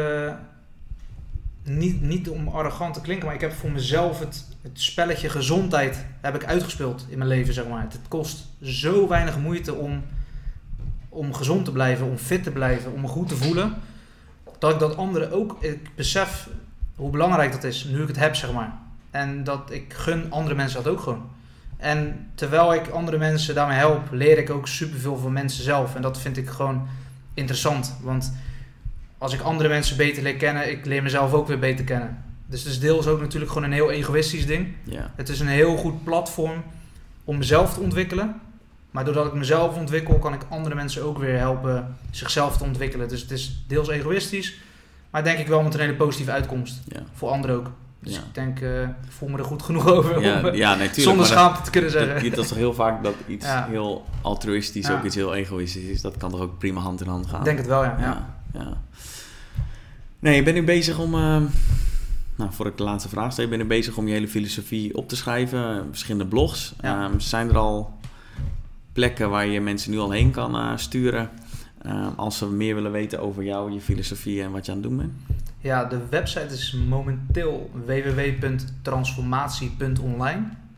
niet om arrogant te klinken, maar ik heb voor mezelf het spelletje gezondheid heb ik uitgespeeld in mijn leven, zeg maar. Het kost zo weinig moeite om gezond te blijven, om fit te blijven, om me goed te voelen. Dat ik dat anderen ook... Ik besef hoe belangrijk dat is, nu ik het heb, zeg maar. En dat ik gun andere mensen dat ook gewoon. En terwijl ik andere mensen daarmee help, leer ik ook superveel van mensen zelf. En dat vind ik gewoon interessant. Want als ik andere mensen beter leer kennen, ik leer mezelf ook weer beter kennen. Dus het is deels ook natuurlijk gewoon een heel egoïstisch ding. Ja. Het is een heel goed platform om mezelf te ontwikkelen. Maar doordat ik mezelf ontwikkel, kan ik andere mensen ook weer helpen zichzelf te ontwikkelen. Dus het is deels egoïstisch, maar denk ik wel met een hele positieve uitkomst. Ja. Voor anderen ook. Dus ik denk, ik voel me er goed genoeg over om zonder schaamte te kunnen zeggen. Dat is toch heel vaak dat iets heel altruïstisch ook iets heel egoïstisch is. Dat kan toch ook prima hand in hand gaan? Ik denk het wel, ja. Nee, je bent nu bezig om... voor ik de laatste vraag stel. Je bent nu bezig om je hele filosofie op te schrijven. Verschillende blogs. Ja. Zijn er al plekken waar je mensen nu al heen kan sturen? Als ze meer willen weten over jou, je filosofie en wat je aan het doen bent? Ja, de website is momenteel www.transformatie.online.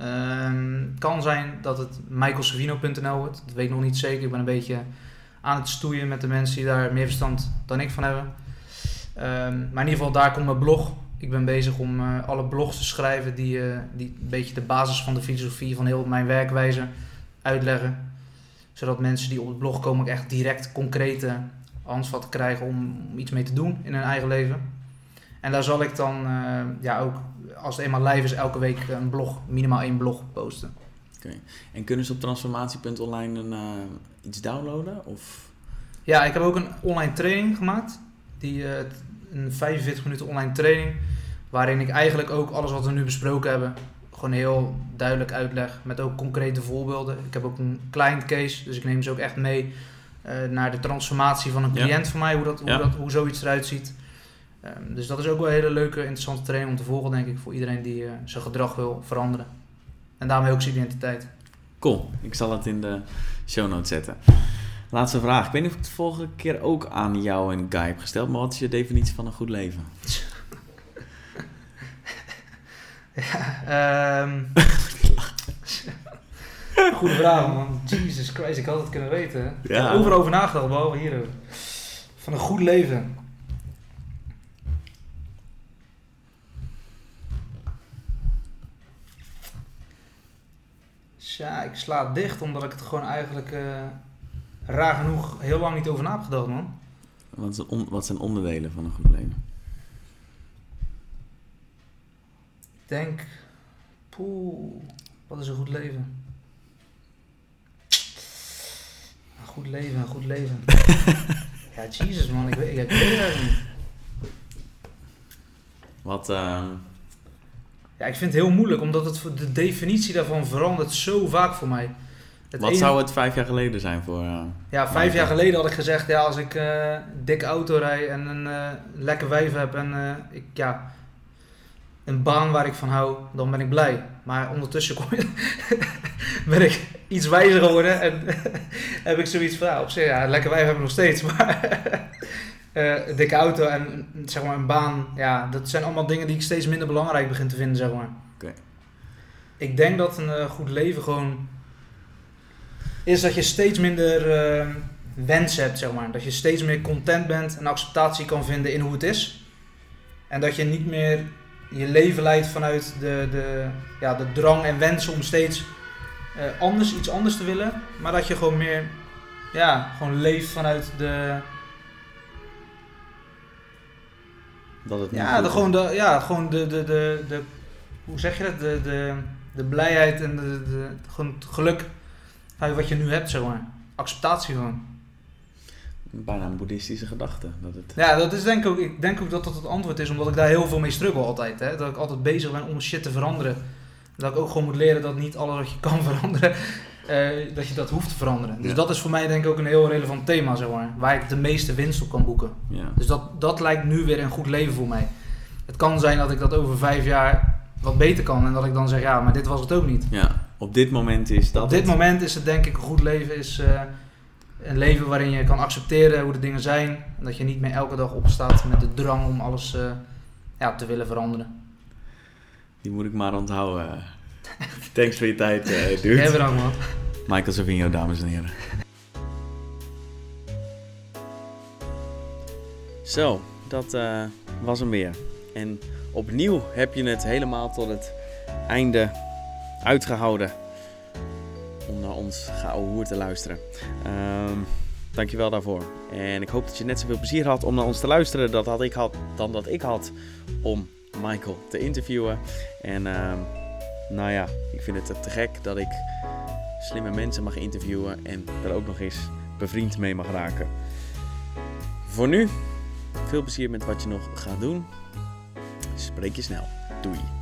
Kan zijn dat het michaelsavino.nl wordt. Dat weet ik nog niet zeker. Ik ben een beetje aan het stoeien met de mensen die daar meer verstand dan ik van hebben. Maar in ieder geval, daar komt mijn blog. Ik ben bezig om alle blogs te schrijven die een beetje de basis van de filosofie van heel mijn werkwijze uitleggen. Zodat mensen die op het blog komen ook echt direct concrete handvatten krijgen om iets mee te doen in hun eigen leven. En daar zal ik dan ook, als het eenmaal live is, elke week minimaal 1 blog posten. Okay. En kunnen ze op transformatie.online iets downloaden? Of? Ja, ik heb ook een online training gemaakt. Een 45 minuten online training. Waarin ik eigenlijk ook alles wat we nu besproken hebben gewoon heel duidelijk uitleg. Met ook concrete voorbeelden. Ik heb ook een client case. Dus ik neem ze ook echt mee naar de transformatie van een cliënt van mij. Hoe zoiets eruit ziet. Dus dat is ook wel een hele leuke, interessante training om te volgen, denk ik. Voor iedereen die zijn gedrag wil veranderen. En daarmee ook zijn identiteit. Cool. Ik zal het in de show notes zetten. Laatste vraag. Ik weet niet of ik het vorige keer ook aan jou en Guy heb gesteld. Maar wat is je definitie van een goed leven? Goede vraag, man. Jesus Christ, ik had het kunnen weten. Ik heb overal over nagedacht, behalve hierover. Van een goed leven. Ja, ik sla het dicht omdat ik het gewoon eigenlijk raar genoeg heel lang niet over na heb gedacht, man. Wat zijn onderdelen van een goed leven? Ik denk, wat is een goed leven? Een goed leven. Ja, Jesus, man, ik weet het eigenlijk niet. Ja, ik vind het heel moeilijk, omdat de definitie daarvan verandert zo vaak voor mij. Zou het 5 jaar geleden zijn voor... Ja, 5 jaar geleden had ik gezegd, als ik een dikke auto rijd en een lekker wijf heb en een baan waar ik van hou, dan ben ik blij. Maar ondertussen ben ik iets wijzer geworden en heb ik zoiets van, op zich, lekker wijf heb ik nog steeds, maar... een dikke auto en zeg maar een baan, dat zijn allemaal dingen die ik steeds minder belangrijk begin te vinden, zeg maar. Okay. Ik denk dat een goed leven gewoon is dat je steeds minder wens hebt, zeg maar. Dat je steeds meer content bent en acceptatie kan vinden in hoe het is. En dat je niet meer je leven leidt vanuit de drang en wens om steeds iets anders te willen. Maar dat je gewoon meer, gewoon leeft vanuit de... Dat het hoe zeg je dat? De blijheid en gewoon het geluk wat je nu hebt, zeg maar. Acceptatie gewoon. Bijna een boeddhistische gedachte. Dat is denk ik denk ook dat dat het antwoord is, omdat ik daar heel veel mee struggle altijd. Hè? Dat ik altijd bezig ben om shit te veranderen. Dat ik ook gewoon moet leren dat niet alles wat je kan veranderen, dat je dat hoeft te veranderen. Dus dat is voor mij denk ik ook een heel relevant thema, zeg maar. Waar ik de meeste winst op kan boeken. Ja. Dus dat lijkt nu weer een goed leven voor mij. Het kan zijn dat ik dat over 5 jaar wat beter kan en dat ik dan zeg, maar dit was het ook niet. Ja, op dit moment is dat. Op dit moment is het denk ik een goed leven, is een leven waarin je kan accepteren hoe de dingen zijn. En dat je niet meer elke dag opstaat met de drang om alles te willen veranderen. Die moet ik maar onthouden. Thanks voor je tijd, dude. Jij bedankt, man. Michael Savino, dames en heren. Zo, dat was hem weer. En opnieuw heb je het helemaal tot het einde uitgehouden om naar ons geouwehoer te luisteren. Dankjewel daarvoor. En ik hoop dat je net zoveel plezier had om naar ons te luisteren dan dat ik had om Michael te interviewen. En ik vind het te gek dat ik slimme mensen mag interviewen en er ook nog eens bevriend mee mag raken. Voor nu, veel plezier met wat je nog gaat doen. Spreek je snel. Doei.